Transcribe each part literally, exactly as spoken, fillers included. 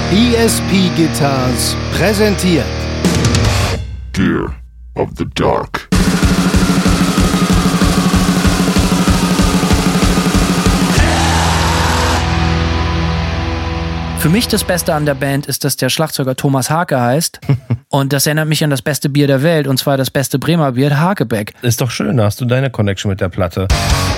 E S P Guitars präsentiert Gear of the Dark. Für mich das Beste an der Band ist, dass der Schlagzeuger Thomas Hake heißt. Und das erinnert mich an das beste Bier der Welt, und zwar das beste Bremer Bier, Hakebeck. Ist doch schön, da hast du deine Connection mit der Platte.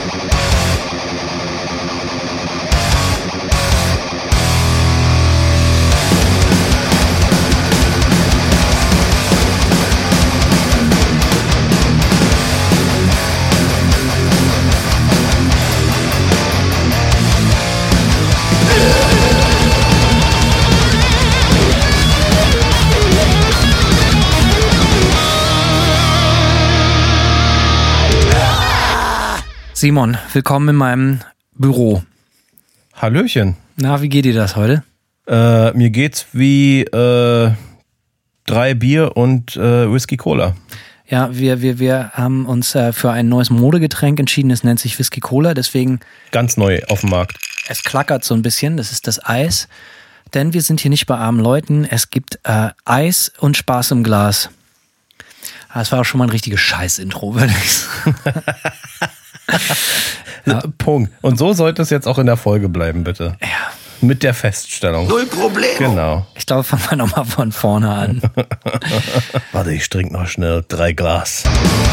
Simon, willkommen in meinem Büro. Hallöchen. Na, wie geht dir das heute? Äh, mir geht's wie äh, drei Bier und äh, Whisky Cola. Ja, wir, wir, wir haben uns äh, für ein neues Modegetränk entschieden, es nennt sich Whisky Cola, deswegen... Ganz neu auf dem Markt. Es klackert so ein bisschen, das ist das Eis, denn wir sind hier nicht bei armen Leuten, es gibt äh, Eis und Spaß im Glas. Das war auch schon mal ein richtiges Scheiß-Intro, würde ich sagen. Ja. Punkt. Und so sollte es jetzt auch in der Folge bleiben, bitte. Ja. Mit der Feststellung. Null Problem. Genau. Ich glaube, fangen wir nochmal von vorne an. Warte, ich trinke noch schnell drei Glas.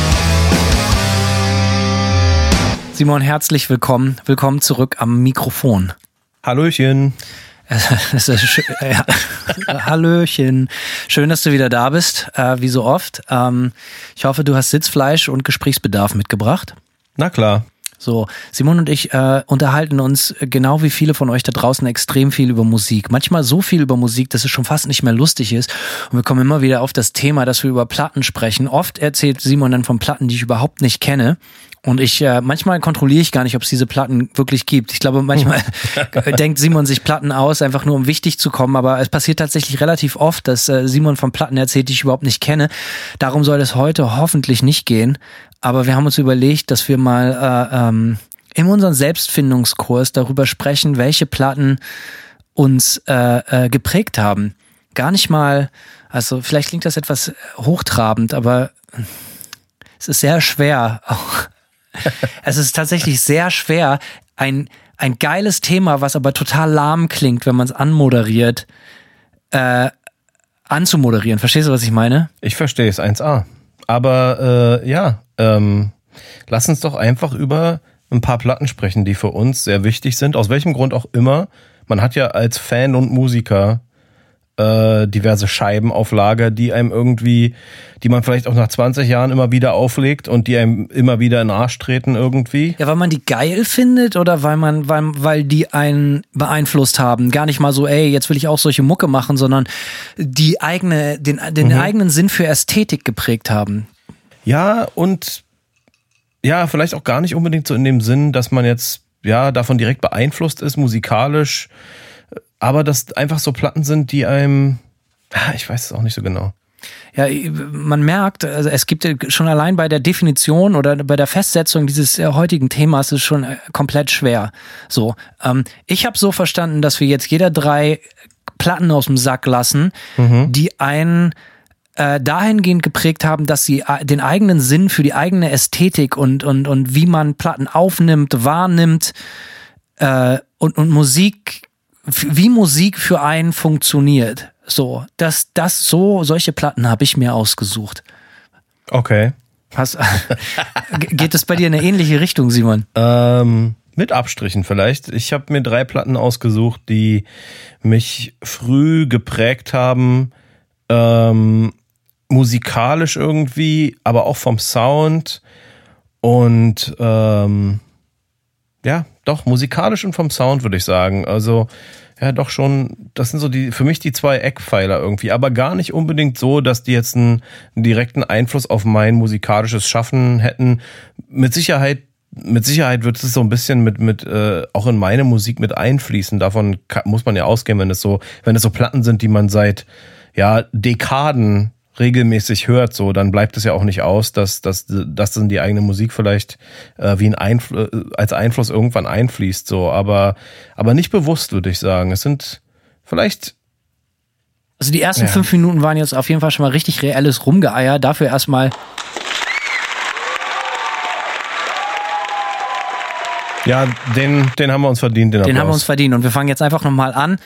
Simon, herzlich willkommen. Willkommen zurück am Mikrofon. Hallöchen. Es ist schön, ja. Hallöchen. Schön, dass du wieder da bist, äh, wie so oft. Ähm, ich hoffe, du hast Sitzfleisch und Gesprächsbedarf mitgebracht. Na klar. So, Simon und ich äh, unterhalten uns, genau wie viele von euch da draußen, extrem viel über Musik. Manchmal so viel über Musik, dass es schon fast nicht mehr lustig ist. Und wir kommen immer wieder auf das Thema, dass wir über Platten sprechen. Oft erzählt Simon dann von Platten, die ich überhaupt nicht kenne. Und ich, äh, manchmal kontrolliere ich gar nicht, ob es diese Platten wirklich gibt. Ich glaube, manchmal denkt Simon sich Platten aus, einfach nur um wichtig zu kommen. Aber es passiert tatsächlich relativ oft, dass äh, Simon von Platten erzählt, die ich überhaupt nicht kenne. Darum soll es heute hoffentlich nicht gehen. Aber wir haben uns überlegt, dass wir mal äh, ähm, in unserem Selbstfindungskurs darüber sprechen, welche Platten uns äh, äh, geprägt haben. Gar nicht mal, also vielleicht klingt das etwas hochtrabend, aber es ist sehr schwer. Es ist tatsächlich sehr schwer, ein, ein geiles Thema, was aber total lahm klingt, wenn man es anmoderiert, äh, anzumoderieren. Verstehst du, was ich meine? Ich verstehe es, eins a. Aber äh, ja, ähm, lass uns doch einfach über ein paar Platten sprechen, die für uns sehr wichtig sind. Aus welchem Grund auch immer. Man hat ja als Fan und Musiker äh, diverse Scheiben auf Lager, die einem irgendwie, die man vielleicht auch nach zwanzig Jahren immer wieder auflegt und die einem immer wieder in den Arsch treten irgendwie. Ja, weil man die geil findet oder weil man, weil, weil die einen beeinflusst haben. Gar nicht mal so, ey, jetzt will ich auch solche Mucke machen, sondern die eigene, den, den mhm. eigenen Sinn für Ästhetik geprägt haben. Ja, und ja, vielleicht auch gar nicht unbedingt so in dem Sinn, dass man jetzt ja davon direkt beeinflusst ist, musikalisch, aber dass einfach so Platten sind, die einem, ich weiß es auch nicht so genau. Ja, man merkt, also es gibt schon allein bei der Definition oder bei der Festsetzung dieses heutigen Themas ist schon komplett schwer. So, ähm, ich habe so verstanden, dass wir jetzt jeder drei Platten aus dem Sack lassen, mhm. die einen äh, dahingehend geprägt haben, dass sie den eigenen Sinn für die eigene Ästhetik und und und wie man Platten aufnimmt, wahrnimmt äh, und und Musik, wie Musik für einen funktioniert. So, das, das, so, solche Platten habe ich mir ausgesucht. Okay. Hast, geht es bei dir in eine ähnliche Richtung, Simon? Ähm, mit Abstrichen vielleicht. Ich habe mir drei Platten ausgesucht, die mich früh geprägt haben, ähm, musikalisch irgendwie, aber auch vom Sound und ähm, ja, doch, musikalisch und vom Sound würde ich sagen. Also ja, doch schon, das sind so die, für mich die zwei Eckpfeiler irgendwie, aber gar nicht unbedingt so, dass die jetzt einen, einen direkten Einfluss auf mein musikalisches Schaffen hätten. Mit Sicherheit, mit Sicherheit wird es so ein bisschen mit, mit, äh, auch in meine Musik mit einfließen. Davon kann, muss man ja ausgehen, wenn es so, wenn es so Platten sind, die man seit, ja, Dekaden regelmäßig hört, so, dann bleibt es ja auch nicht aus, dass, dass, dass in die eigene Musik vielleicht äh, wie ein Einfl- als Einfluss irgendwann einfließt, so, aber, aber nicht bewusst, würde ich sagen. Es sind vielleicht Also die ersten Ja. fünf Minuten waren jetzt auf jeden Fall schon mal richtig reelles Rumgeeier. Dafür erstmal. Ja, den, den haben wir uns verdient, den, Den Applaus. haben wir uns verdient. Und wir fangen jetzt einfach nochmal an.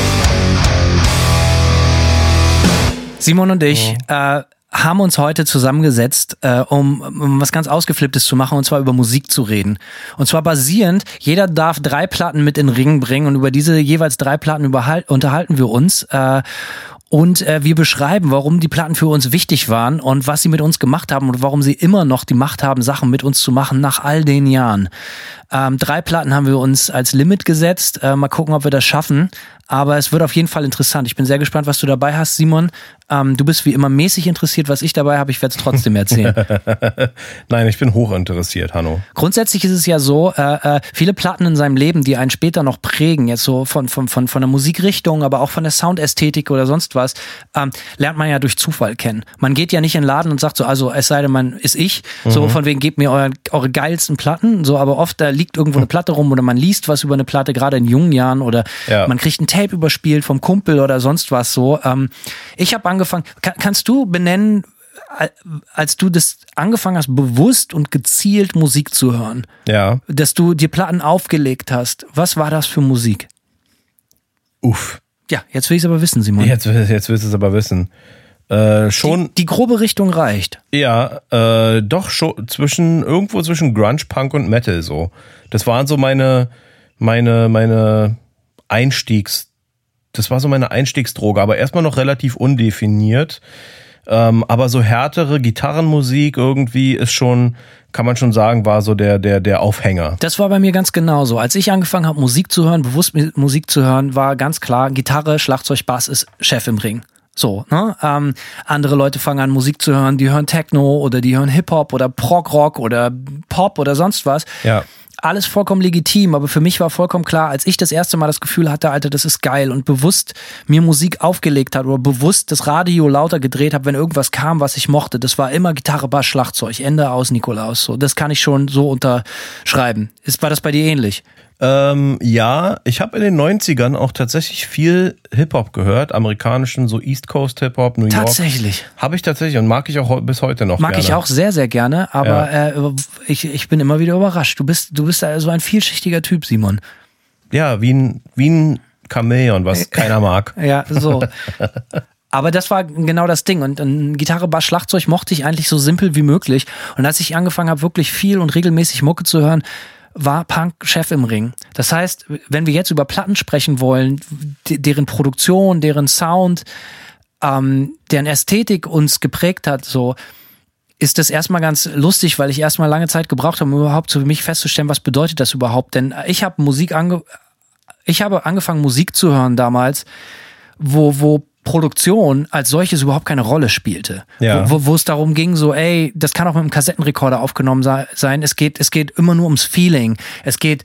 Simon und ich äh, haben uns heute zusammengesetzt, äh, um, um was ganz Ausgeflipptes zu machen, und zwar über Musik zu reden. Und zwar basierend, jeder darf drei Platten mit in den Ring bringen, und über diese jeweils drei Platten überhal- unterhalten wir uns. Äh, Und äh, wir beschreiben, warum die Platten für uns wichtig waren und was sie mit uns gemacht haben und warum sie immer noch die Macht haben, Sachen mit uns zu machen nach all den Jahren. Ähm, drei Platten haben wir uns als Limit gesetzt. Äh, mal gucken, ob wir das schaffen. Aber es wird auf jeden Fall interessant. Ich bin sehr gespannt, was du dabei hast, Simon. Ähm, du bist wie immer mäßig interessiert, was ich dabei habe. Ich werde es trotzdem erzählen. Nein, ich bin hochinteressiert, Hanno. Grundsätzlich ist es ja so, äh, äh, viele Platten in seinem Leben, die einen später noch prägen, jetzt so von, von, von, von der Musikrichtung, aber auch von der Soundästhetik oder sonst was, ähm, lernt man ja durch Zufall kennen. Man geht ja nicht in den Laden und sagt so, also es sei denn, man ist ich, mhm. so von wegen, gebt mir euer, eure geilsten Platten, so, aber oft da liegt irgendwo eine Platte rum oder man liest was über eine Platte, gerade in jungen Jahren, oder ja. man kriegt ein Tape überspielt vom Kumpel oder sonst was so. Ähm, ich habe angefangen, kann, kannst du benennen, als du das angefangen hast, bewusst und gezielt Musik zu hören, Ja. dass du dir Platten aufgelegt hast, was war das für Musik? Uff. Ja, jetzt will ich es aber wissen, Simon. Jetzt, jetzt willst du es aber wissen. Äh, schon, Die, die grobe Richtung reicht. ja, äh, doch schon zwischen, irgendwo zwischen Grunge, Punk und Metal so. Das waren so meine, meine, meine Einstiegs, das war so meine Einstiegsdroge, aber erstmal noch relativ undefiniert. Ähm, aber so härtere Gitarrenmusik irgendwie ist schon, kann man schon sagen, war so der, der, der Aufhänger. Das war bei mir ganz genauso. Als ich angefangen habe, Musik zu hören, bewusst Musik zu hören, war ganz klar, Gitarre, Schlagzeug, Bass ist Chef im Ring. So, ne? Ähm, andere Leute fangen an, Musik zu hören, die hören Techno oder die hören Hip-Hop oder Prog-Rock oder Pop oder sonst was. Ja. Alles vollkommen legitim, aber für mich war vollkommen klar, als ich das erste Mal das Gefühl hatte, Alter, das ist geil, und bewusst mir Musik aufgelegt hat oder bewusst das Radio lauter gedreht habe, wenn irgendwas kam, was ich mochte, das war immer Gitarre, Bass, Schlagzeug, Ende aus, Nikolaus. So, das kann ich schon so unterschreiben. Ist, war das bei dir ähnlich? Ähm, ja, ich habe in den neunzigern auch tatsächlich viel Hip-Hop gehört, amerikanischen, so East Coast Hip-Hop, New York. Tatsächlich. Habe ich tatsächlich und mag ich auch bis heute noch Mag gerne. ich auch sehr, sehr gerne, aber Ja. äh, ich, ich bin immer wieder überrascht. Du bist, du bist so also ein vielschichtiger Typ, Simon. Ja, wie ein, wie ein Chamäleon, was keiner mag. Ja, so. Aber das war genau das Ding. Und, und Gitarre, Bass, Schlagzeug mochte ich eigentlich so simpel wie möglich. Und als ich angefangen habe, wirklich viel und regelmäßig Mucke zu hören, war Punk Chef im Ring. Das heißt, wenn wir jetzt über Platten sprechen wollen, d- deren Produktion, deren Sound, ähm, deren Ästhetik uns geprägt hat, so, ist das erstmal ganz lustig, weil ich erstmal lange Zeit gebraucht habe, um überhaupt für mich festzustellen, was bedeutet das überhaupt. Denn ich habe Musik ange ich habe angefangen, Musik zu hören damals, wo, wo Produktion als solches überhaupt keine Rolle spielte. Ja. Wo, wo, wo es darum ging, so, ey, das kann auch mit einem Kassettenrekorder aufgenommen sei, sein. Es geht, es geht immer nur ums Feeling. Es geht,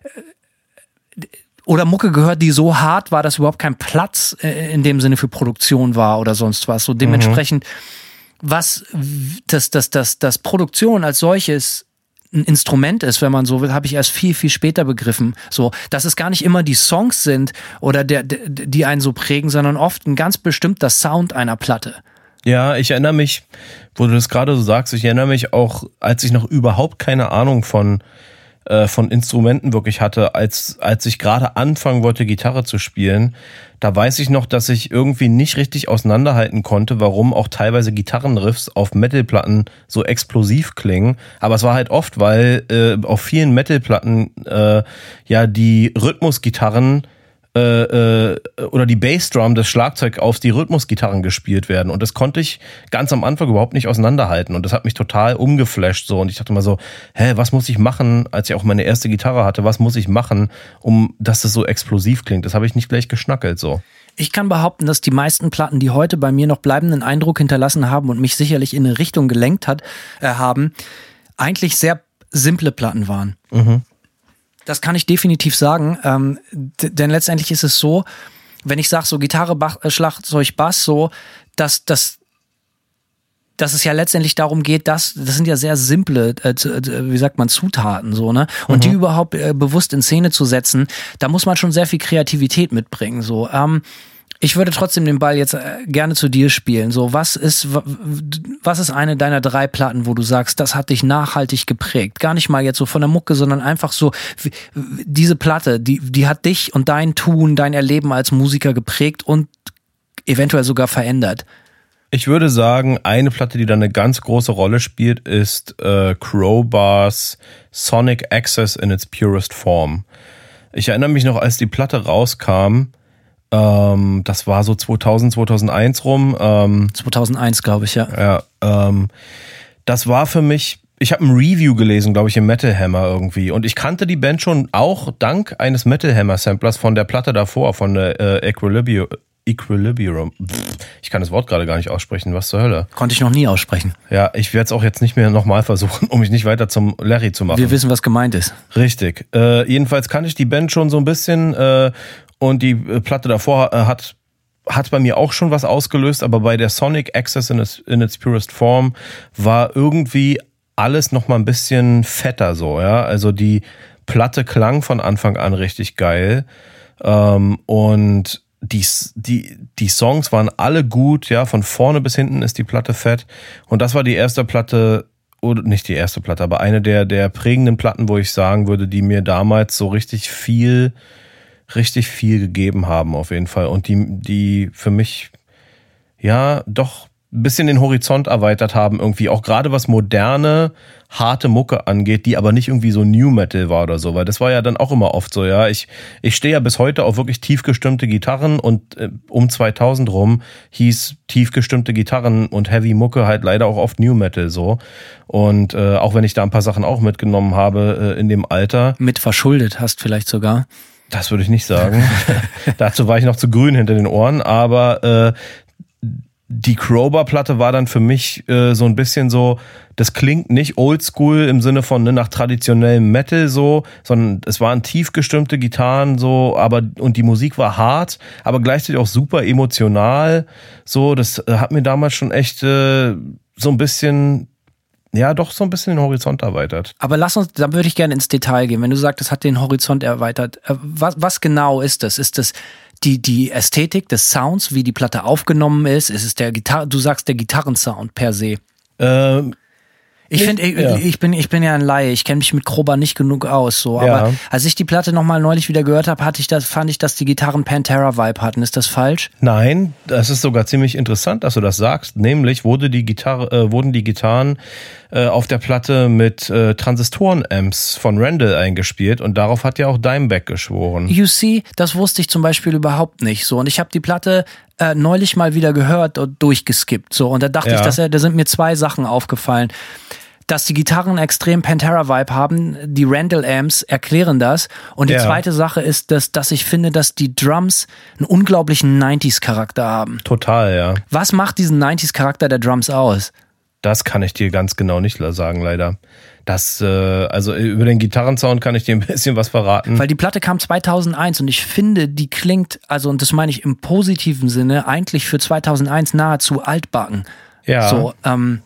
oder Mucke gehört, die so hart war, dass überhaupt kein Platz äh, in dem Sinne für Produktion war oder sonst was. So dementsprechend, mhm. was das, das, das, das Produktion als solches ein Instrument ist, wenn man so will, habe ich erst viel, viel später begriffen. So, dass es gar nicht immer die Songs sind oder der, der, die einen so prägen, sondern oft ein ganz bestimmter Sound einer Platte. Ja, ich erinnere mich, wo du das gerade so sagst, ich erinnere mich auch, als ich noch überhaupt keine Ahnung von äh, von Instrumenten wirklich hatte, als als ich gerade anfangen wollte, Gitarre zu spielen, da weiß ich noch, dass ich irgendwie nicht richtig auseinanderhalten konnte, warum auch teilweise Gitarrenriffs auf Metalplatten so explosiv klingen. Aber es war halt oft, weil äh, auf vielen Metalplatten äh, ja die Rhythmusgitarren äh, äh, oder die Bassdrum, das Schlagzeug auf die Rhythmusgitarren gespielt werden. Und das konnte ich ganz am Anfang überhaupt nicht auseinanderhalten. Und das hat mich total umgeflasht so. Und ich dachte mal so, hä, was muss ich machen, als ich auch meine erste Gitarre hatte, was muss ich machen, um dass das so explosiv klingt? Das habe ich nicht gleich geschnackelt so. Ich kann behaupten, dass die meisten Platten, die heute bei mir noch bleibenden Eindruck hinterlassen haben und mich sicherlich in eine Richtung gelenkt hat, äh, haben, eigentlich sehr simple Platten waren. Mhm. Das kann ich definitiv sagen, ähm, d- denn letztendlich ist es so, wenn ich sage so Gitarre, Bach, äh, Schlagzeug, Bass, so, dass, dass, dass es ja letztendlich darum geht, dass, das sind ja sehr simple, äh, wie sagt man, Zutaten, so, ne? Und mhm. die überhaupt äh, bewusst in Szene zu setzen, da muss man schon sehr viel Kreativität mitbringen, so. Ähm, Ich würde trotzdem den Ball jetzt gerne zu dir spielen. So, was ist, was ist eine deiner drei Platten, wo du sagst, das hat dich nachhaltig geprägt? Gar nicht mal jetzt so von der Mucke, sondern einfach so, diese Platte, die, die hat dich und dein Tun, dein Erleben als Musiker geprägt und eventuell sogar verändert. Ich würde sagen, eine Platte, die da eine ganz große Rolle spielt, ist äh, Crowbars Sonic Access in its purest form. Ich erinnere mich noch, als die Platte rauskam, ähm, das war so zweitausend, zweitausendeins rum. Ähm, zweitausendeins, glaube ich, ja. Ja, ähm, das war für mich, ich habe ein Review gelesen, glaube ich, im Metal Hammer irgendwie. Und ich kannte die Band schon auch dank eines Metal Hammer Samplers von der Platte davor, von der äh, Equilibrium. Equilibrium. Ich kann das Wort gerade gar nicht aussprechen. Was zur Hölle? Konnte ich noch nie aussprechen. Ja, ich werde es auch jetzt nicht mehr nochmal versuchen, um mich nicht weiter zum Larry zu machen. Wir wissen, was gemeint ist. Richtig. Äh, jedenfalls kannte ich die Band schon so ein bisschen äh, und die Platte davor äh, hat hat bei mir auch schon was ausgelöst, aber bei der Sonic Access in its, in its purest form war irgendwie alles nochmal ein bisschen fetter so, ja. Also die Platte klang von Anfang an richtig geil ähm, und Die, die, die Songs waren alle gut, ja, von vorne bis hinten ist die Platte fett. Und das war die erste Platte, oder nicht die erste Platte, aber eine der, der prägenden Platten, wo ich sagen würde, die mir damals so richtig viel, richtig viel gegeben haben, auf jeden Fall. Und die, die für mich, ja, doch ein bisschen den Horizont erweitert haben, irgendwie auch gerade was moderne, harte Mucke angeht, die aber nicht irgendwie so New Metal war oder so, weil das war ja dann auch immer oft so, ja, ich ich stehe ja bis heute auf wirklich tief gestimmte Gitarren und äh, um zweitausend rum hieß tief gestimmte Gitarren und Heavy Mucke halt leider auch oft New Metal so und äh, auch wenn ich da ein paar Sachen auch mitgenommen habe äh, in dem Alter. Mit verschuldet hast vielleicht sogar. Das würde ich nicht sagen. Dazu war ich noch zu grün hinter den Ohren, aber äh, die Crowbar-Platte war dann für mich äh, so ein bisschen so, das klingt nicht oldschool im Sinne von ne, nach traditionellem Metal so, sondern es waren tief gestimmte Gitarren so, aber und die Musik war hart, aber gleichzeitig auch super emotional. So, das äh, hat mir damals schon echt äh, so ein bisschen, ja doch so ein bisschen den Horizont erweitert. Aber lass uns, da würde ich gerne ins Detail gehen. Wenn du sagst, das hat den Horizont erweitert, äh, was, was genau ist das? Ist das die die Ästhetik des Sounds, wie die Platte aufgenommen ist? Ist es der Gitarre, du sagst der Gitarrensound per se? Ähm, ich finde, ich, ja. ich bin ich bin ja ein Laie, ich kenne mich mit Crowbar nicht genug aus, so. Aber Ja. als ich die Platte nochmal neulich wieder gehört habe, hatte ich das, fand ich, dass die Gitarren Pantera-Vibe hatten. Ist das falsch? Nein, das ist sogar ziemlich interessant, dass du das sagst. Nämlich wurde die Gitarre, äh, wurden die Gitarren äh, auf der Platte mit äh, Transistoren-Amps von Randall eingespielt und darauf hat ja auch Dimebag geschworen. You see, das wusste ich zum Beispiel überhaupt nicht so. Und ich habe die Platte äh, neulich mal wieder gehört und durchgeskippt. So. Und da dachte Ja. ich, dass er, da sind mir zwei Sachen aufgefallen. Dass die Gitarren extrem Pantera-Vibe haben, die Randall-Amps erklären das. Und die Ja. zweite Sache ist, dass, dass ich finde, dass die Drums einen unglaublichen neunziger-Charakter haben. Total, ja. Was macht diesen neunziger-Charakter der Drums aus? Das kann ich dir ganz genau nicht sagen, leider. Das, äh, also über den Gitarrensound kann ich dir ein bisschen was verraten. Weil die Platte kam zweitausendeins und ich finde, die klingt, also und das meine ich im positiven Sinne, eigentlich für zweitausendeins nahezu altbacken. Ja. So, ähm,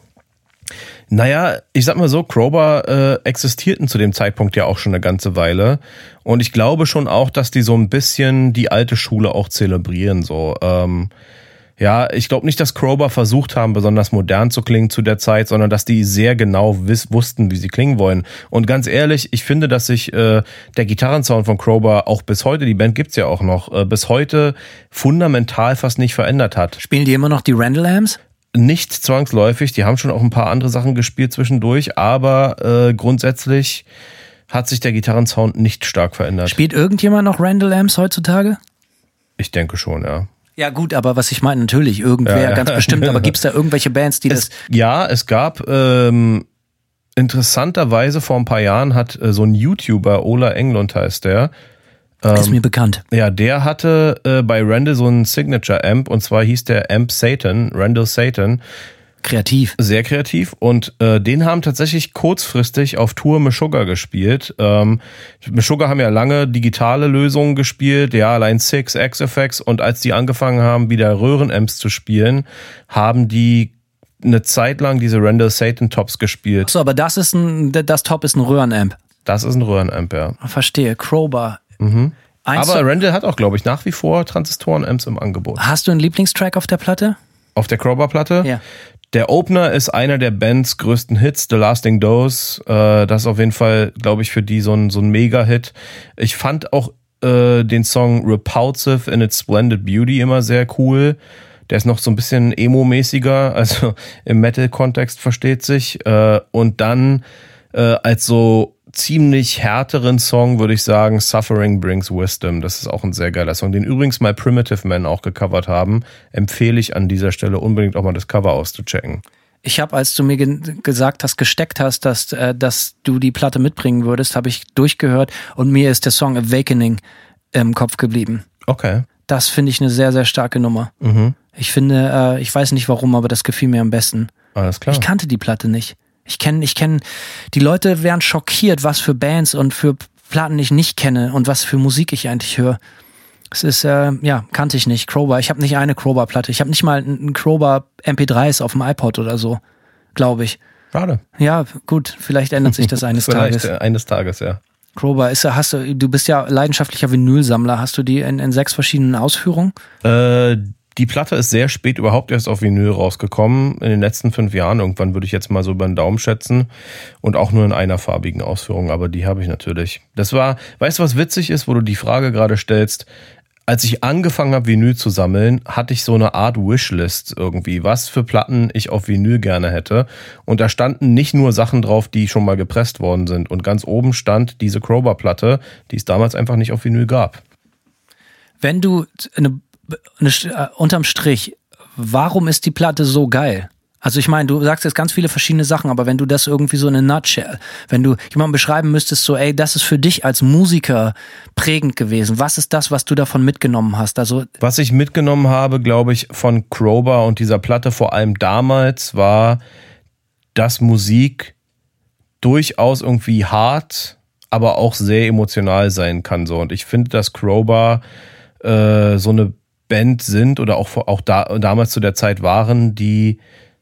Naja, ich sag mal so, Crowbar äh, existierten zu dem Zeitpunkt ja auch schon eine ganze Weile. Und ich glaube schon auch, dass die so ein bisschen die alte Schule auch zelebrieren. So, ähm, ja, ich glaube nicht, dass Crowbar versucht haben, besonders modern zu klingen zu der Zeit, sondern dass die sehr genau wiss, wussten, wie sie klingen wollen. Und ganz ehrlich, ich finde, dass sich äh, der Gitarrensound von Crowbar auch bis heute, die Band gibt's ja auch noch, äh, bis heute fundamental fast nicht verändert hat. spielen die immer noch die Randall-Amps? Nicht zwangsläufig, die haben schon auch ein paar andere Sachen gespielt zwischendurch, aber äh, grundsätzlich hat sich der Gitarrensound nicht stark verändert. Spielt irgendjemand noch Randall-Amps heutzutage? Ich denke schon, ja. Ja gut, aber was ich meine, natürlich, irgendwer, Ja, ja. ganz bestimmt, aber gibt's da irgendwelche Bands, die das... Es, ja, es gab ähm, interessanterweise vor ein paar Jahren hat äh, so ein YouTuber, Ola Englund heißt der, ist mir bekannt. ja, der hatte äh, bei Randall so einen Signature-Amp und zwar hieß der Amp Satan, Randall Satan. Kreativ. Sehr kreativ und äh, den haben tatsächlich kurzfristig auf Tour Meshuggah gespielt. Ähm, Meshuggah haben ja lange digitale Lösungen gespielt, ja, allein Six, X-F X und als die angefangen haben, wieder Röhrenamps zu spielen, haben die eine Zeit lang diese Randall Satan Tops gespielt. So, aber das ist ein, das Top ist ein Röhrenamp. Das ist ein Röhrenamp, ja. Verstehe, Crowbar. Mhm. Eins Aber zu- Randall hat auch, glaube ich, nach wie vor Transistoren-Amps im Angebot. Hast du einen Lieblingstrack auf der Platte? Auf der Crowbar-Platte? Ja. Der Opener ist einer der Bands größten Hits, The Lasting Dose. Äh, das ist auf jeden Fall, glaube ich, für die so ein, so ein Mega-Hit. Ich fand auch äh, den Song Repulsive in its Splendid Beauty immer sehr cool. Der ist noch so ein bisschen emo-mäßiger, also im Metal-Kontext versteht sich. Äh, und dann äh, als so ziemlich härteren Song würde ich sagen Suffering Brings Wisdom. Das ist auch ein sehr geiler Song, den übrigens mal Primitive Man auch gecovert haben. Empfehle ich an dieser Stelle unbedingt auch mal das Cover auszuchecken. Ich habe, als du mir ge- gesagt hast, gesteckt hast, dass, äh, dass du die Platte mitbringen würdest, habe ich durchgehört und mir ist der Song Awakening im Kopf geblieben. Okay. Das finde ich eine sehr, sehr starke Nummer. Mhm. Ich finde, äh, ich weiß nicht warum, aber das gefiel mir am besten. Alles klar. Ich kannte die Platte nicht. Ich kenne, ich kenne, die Leute wären schockiert, was für Bands und für Platten ich nicht kenne und was für Musik ich eigentlich höre. Es ist, äh, ja, kannte ich nicht. Crowbar. Ich habe nicht eine Crowbar-Platte. Ich habe nicht mal einen Crowbar M P drei auf dem iPod oder so, glaube ich. Schade. Ja, gut, vielleicht ändert sich das eines Vielleicht Tages. äh, eines Tages, ja. Crowbar, ist, hast du, du bist ja leidenschaftlicher Vinylsammler. Hast du die in, in sechs verschiedenen Ausführungen? Äh, die Platte ist sehr spät überhaupt erst auf Vinyl rausgekommen. In den letzten fünf Jahren. Irgendwann würde ich jetzt mal so über den Daumen schätzen. Und auch nur in einer farbigen Ausführung. Aber die habe ich natürlich. Das war, weißt du, was witzig ist, wo du die Frage gerade stellst? Als ich angefangen habe, Vinyl zu sammeln, hatte ich so eine Art Wishlist irgendwie, was für Platten ich auf Vinyl gerne hätte. Und da standen nicht nur Sachen drauf, die schon mal gepresst worden sind. Und ganz oben stand diese Crowbar-Platte, die es damals einfach nicht auf Vinyl gab. Wenn du eine, eine, äh, unterm Strich, warum ist die Platte so geil? Also ich meine, du sagst jetzt ganz viele verschiedene Sachen, aber wenn du das irgendwie so in a nutshell, wenn du jemandem beschreiben müsstest, so ey, das ist für dich als Musiker prägend gewesen. Was ist das, was du davon mitgenommen hast? Also Was ich mitgenommen habe, glaube ich, von Crowbar und dieser Platte vor allem damals, war, dass Musik durchaus irgendwie hart, aber auch sehr emotional sein kann. So. Und ich finde, dass Crowbar äh, so eine Band sind oder auch, auch da, damals zu der Zeit waren, die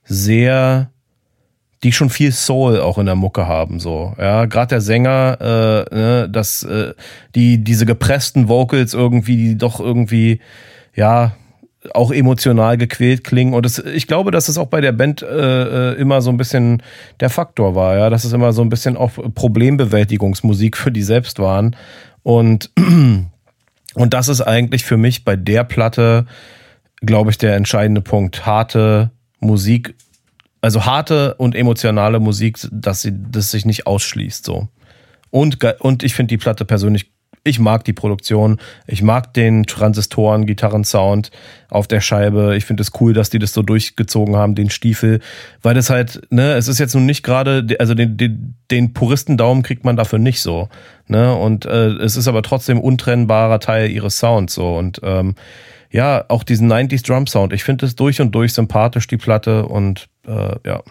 sehr, die schon viel Soul auch in der Mucke haben, so, ja, gerade der Sänger, äh, ne, dass äh, die diese gepressten Vocals irgendwie, die doch irgendwie, ja, auch emotional gequält klingen und es, ich glaube, dass es auch bei der Band äh, immer so ein bisschen der Faktor war, ja, dass es immer so ein bisschen auch Problembewältigungsmusik für die selbst waren und und das ist eigentlich für mich bei der Platte, glaube ich, der entscheidende Punkt, harte Musik, also harte und emotionale Musik, dass sie das sich nicht ausschließt so. Und und ich finde die Platte persönlich, ich mag die Produktion, ich mag den Transistoren, Gitarrensound auf der Scheibe. Ich finde es cool, dass die das so durchgezogen haben, den Stiefel, weil das halt, ne, es ist jetzt nun nicht gerade, also den, den, den Puristendaumen kriegt man dafür nicht so, ne, und äh, es ist aber trotzdem untrennbarer Teil ihres Sounds so und ähm, ja, auch diesen neunziger Drum Sound. Ich finde es durch und durch sympathisch, die Platte und äh, ja.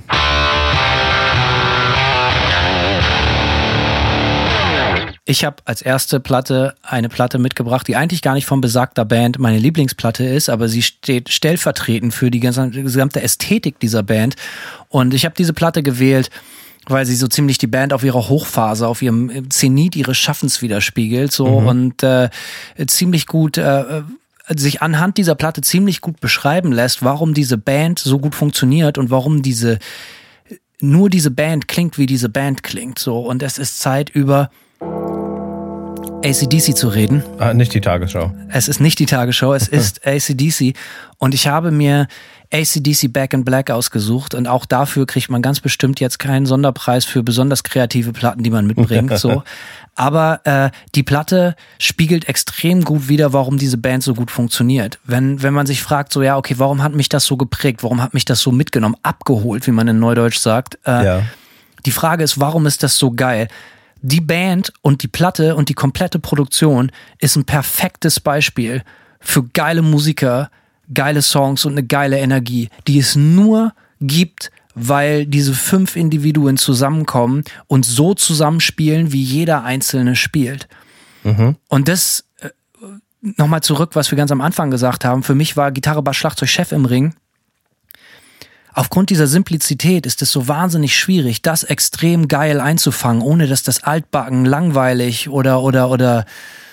ich habe als erste Platte eine Platte mitgebracht, die eigentlich gar nicht von besagter Band meine Lieblingsplatte ist, aber sie steht stellvertretend für die gesamte Ästhetik dieser Band. Und ich habe diese Platte gewählt, weil sie so ziemlich die Band auf ihrer Hochphase, auf ihrem Zenit ihres Schaffens widerspiegelt, so mhm. und äh, ziemlich gut äh, sich anhand dieser Platte ziemlich gut beschreiben lässt, warum diese Band so gut funktioniert und warum diese nur diese Band klingt, wie diese Band klingt. So, und es ist Zeit, über A C D C zu reden. Ah, nicht die Tagesschau. Es ist nicht die Tagesschau, es ist A C D C. Und ich habe mir A C D C Back in Black ausgesucht und auch dafür kriegt man ganz bestimmt jetzt keinen Sonderpreis für besonders kreative Platten, die man mitbringt. So. Aber äh, die Platte spiegelt extrem gut wider, warum diese Band so gut funktioniert. Wenn wenn man sich fragt, so ja, okay, warum hat mich das so geprägt? Warum hat mich das so mitgenommen? Abgeholt, wie man in Neudeutsch sagt. Äh, ja. Die Frage ist, warum ist das so geil? Die Band und die Platte und die komplette Produktion ist ein perfektes Beispiel für geile Musiker, geile Songs und eine geile Energie, die es nur gibt, weil diese fünf Individuen zusammenkommen und so zusammenspielen, wie jeder Einzelne spielt. Mhm. Und das, äh, nochmal zurück, was wir ganz am Anfang gesagt haben, für mich war Gitarre, Bass, Schlagzeug Chef im Ring. Aufgrund dieser Simplizität ist es so wahnsinnig schwierig, das extrem geil einzufangen, ohne dass das altbacken, langweilig oder oder oder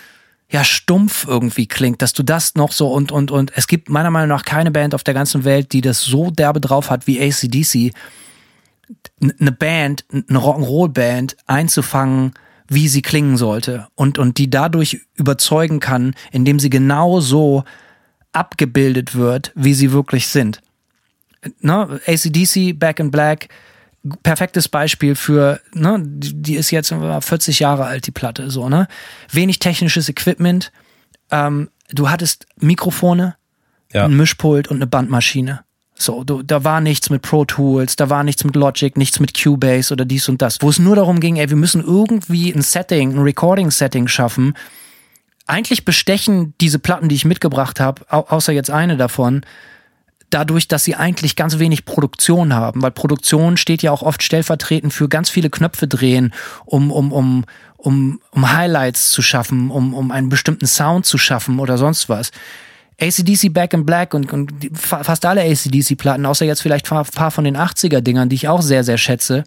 ja, stumpf irgendwie klingt, dass du das noch so und, und, und es gibt meiner Meinung nach keine Band auf der ganzen Welt, die das so derbe drauf hat wie A C D C, eine Band, eine Rock'n'Roll-Band einzufangen, wie sie klingen sollte und, und die dadurch überzeugen kann, indem sie genau so abgebildet wird, wie sie wirklich sind. Ne? A C D C, Back in Black, perfektes Beispiel für, ne, die ist jetzt vierzig Jahre alt, die Platte, so, ne? Wenig technisches Equipment, ähm, du hattest Mikrofone, ja. ein Mischpult und eine Bandmaschine. So, du, da war nichts mit Pro Tools, da war nichts mit Logic, nichts mit Cubase oder dies und das. Wo es nur darum ging, ey, wir müssen irgendwie ein Setting, ein Recording-Setting schaffen. Eigentlich bestechen diese Platten, die ich mitgebracht habe, au- außer jetzt eine davon, dadurch, dass sie eigentlich ganz wenig Produktion haben, weil Produktion steht ja auch oft stellvertretend für ganz viele Knöpfe drehen, um, um, um, um, um Highlights zu schaffen, um, um einen bestimmten Sound zu schaffen oder sonst was. A C D C Back in Black und, und die, fast alle A C D C-Platten, außer jetzt vielleicht ein paar von den achtziger-Dingern, die ich auch sehr, sehr schätze,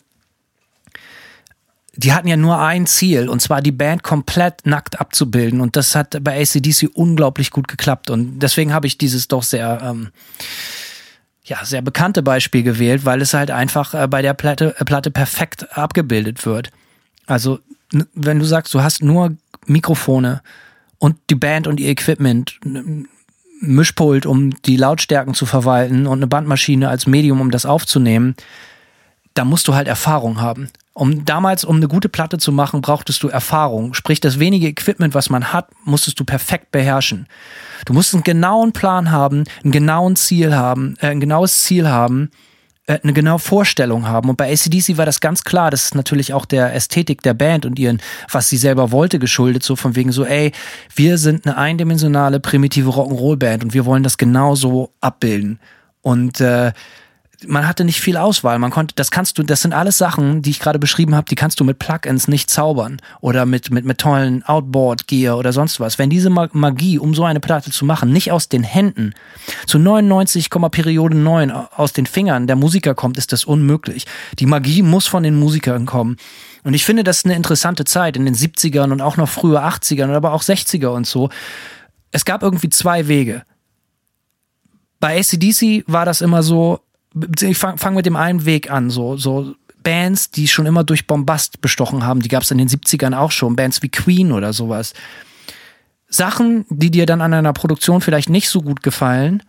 die hatten ja nur ein Ziel, und zwar die Band komplett nackt abzubilden. Und das hat bei A C D C unglaublich gut geklappt. Und deswegen habe ich dieses doch sehr, ähm, ja, sehr bekannte Beispiel gewählt, weil es halt einfach äh, bei der Platte, äh, Platte perfekt abgebildet wird. Also, n- wenn du sagst, du hast nur Mikrofone und die Band und ihr Equipment, n- Mischpult, um die Lautstärken zu verwalten und eine Bandmaschine als Medium, um das aufzunehmen, da musst du halt Erfahrung haben. Um damals, um eine gute Platte zu machen, brauchtest du Erfahrung. Sprich, das wenige Equipment, was man hat, musstest du perfekt beherrschen. Du musst einen genauen Plan haben, einen genauen Ziel haben, äh, ein genaues Ziel haben, äh, eine genaue Vorstellung haben. Und bei A C D C war das ganz klar. Das ist natürlich auch der Ästhetik der Band und ihren, was sie selber wollte, geschuldet. So von wegen so, ey, wir sind eine eindimensionale, primitive Rock'n'Roll-Band und wir wollen das genauso abbilden. Und äh, man hatte nicht viel Auswahl. Man konnte, das kannst du, das sind alles Sachen, die ich gerade beschrieben habe, die kannst du mit Plugins nicht zaubern oder mit, mit, mit tollen Outboard-Gear oder sonst was. Wenn diese Magie, um so eine Platte zu machen, nicht aus den Händen, zu neunundneunzig, Periode neun aus den Fingern der Musiker kommt, ist das unmöglich. Die Magie muss von den Musikern kommen. Und ich finde, das ist eine interessante Zeit in den siebzigern und auch noch früher achtzigern, aber auch sechziger und so. Es gab irgendwie zwei Wege. Bei A C D C war das immer so, ich fange fang mit dem einen Weg an, so, so Bands, die schon immer durch Bombast bestochen haben, die gab es in den siebzigern auch schon, Bands wie Queen oder sowas. Sachen, die dir dann an einer Produktion vielleicht nicht so gut gefallen,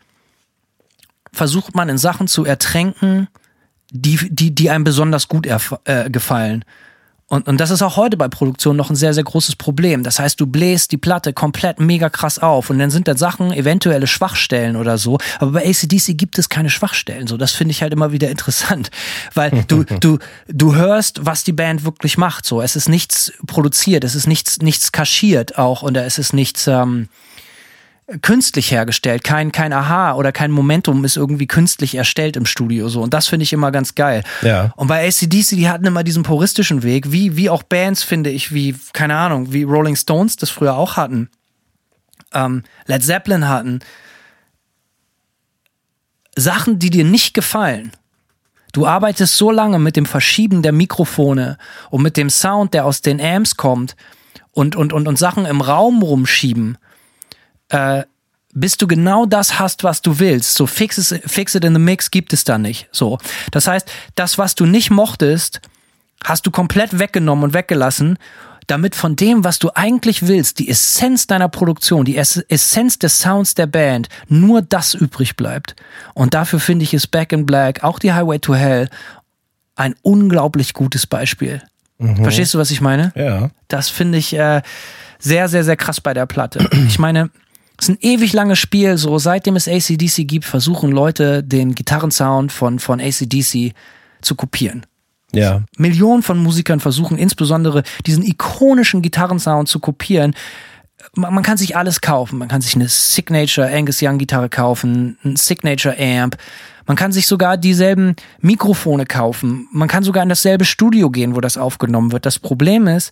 versucht man in Sachen zu ertränken, die, die, die einem besonders gut erf- äh, gefallen. Und, und das ist auch heute bei Produktion noch ein sehr, sehr großes Problem. Das heißt, du bläst die Platte komplett mega krass auf und dann sind da Sachen, eventuelle Schwachstellen oder so. Aber bei A C D C gibt es keine Schwachstellen. So, das finde ich halt immer wieder interessant. Weil du, du, du hörst, was die Band wirklich macht. So, es ist nichts produziert, es ist nichts, nichts kaschiert auch oder es ist nichts, ähm, künstlich hergestellt, kein, kein Aha oder kein Momentum ist irgendwie künstlich erstellt im Studio, so. Und das finde ich immer ganz geil. Ja. Und bei A C D C, die hatten immer diesen puristischen Weg, wie, wie auch Bands, finde ich, wie, keine Ahnung, wie Rolling Stones das früher auch hatten, ähm, Led Zeppelin hatten. Sachen, die dir nicht gefallen. Du arbeitest so lange mit dem Verschieben der Mikrofone und mit dem Sound, der aus den Amps kommt und, und, und, und Sachen im Raum rumschieben, Äh, bis du genau das hast, was du willst. So fix it, fix it in the mix gibt es da nicht. So. Das heißt, das, was du nicht mochtest, hast du komplett weggenommen und weggelassen, damit von dem, was du eigentlich willst, die Essenz deiner Produktion, die Ess- Essenz des Sounds der Band, nur das übrig bleibt. Und dafür finde ich es Back in Black, auch die Highway to Hell, ein unglaublich gutes Beispiel. Mhm. Verstehst du, was ich meine? Ja. Das finde ich äh, sehr, sehr, sehr krass bei der Platte. Ich meine, es ist ein ewig langes Spiel, so seitdem es A C D C gibt, versuchen Leute den Gitarrensound von, von A C D C zu kopieren. Ja. Millionen von Musikern versuchen insbesondere diesen ikonischen Gitarrensound zu kopieren. Man, man kann sich alles kaufen. Man kann sich eine Signature Angus Young Gitarre kaufen, ein Signature Amp. Man kann sich sogar dieselben Mikrofone kaufen. Man kann sogar in dasselbe Studio gehen, wo das aufgenommen wird. Das Problem ist,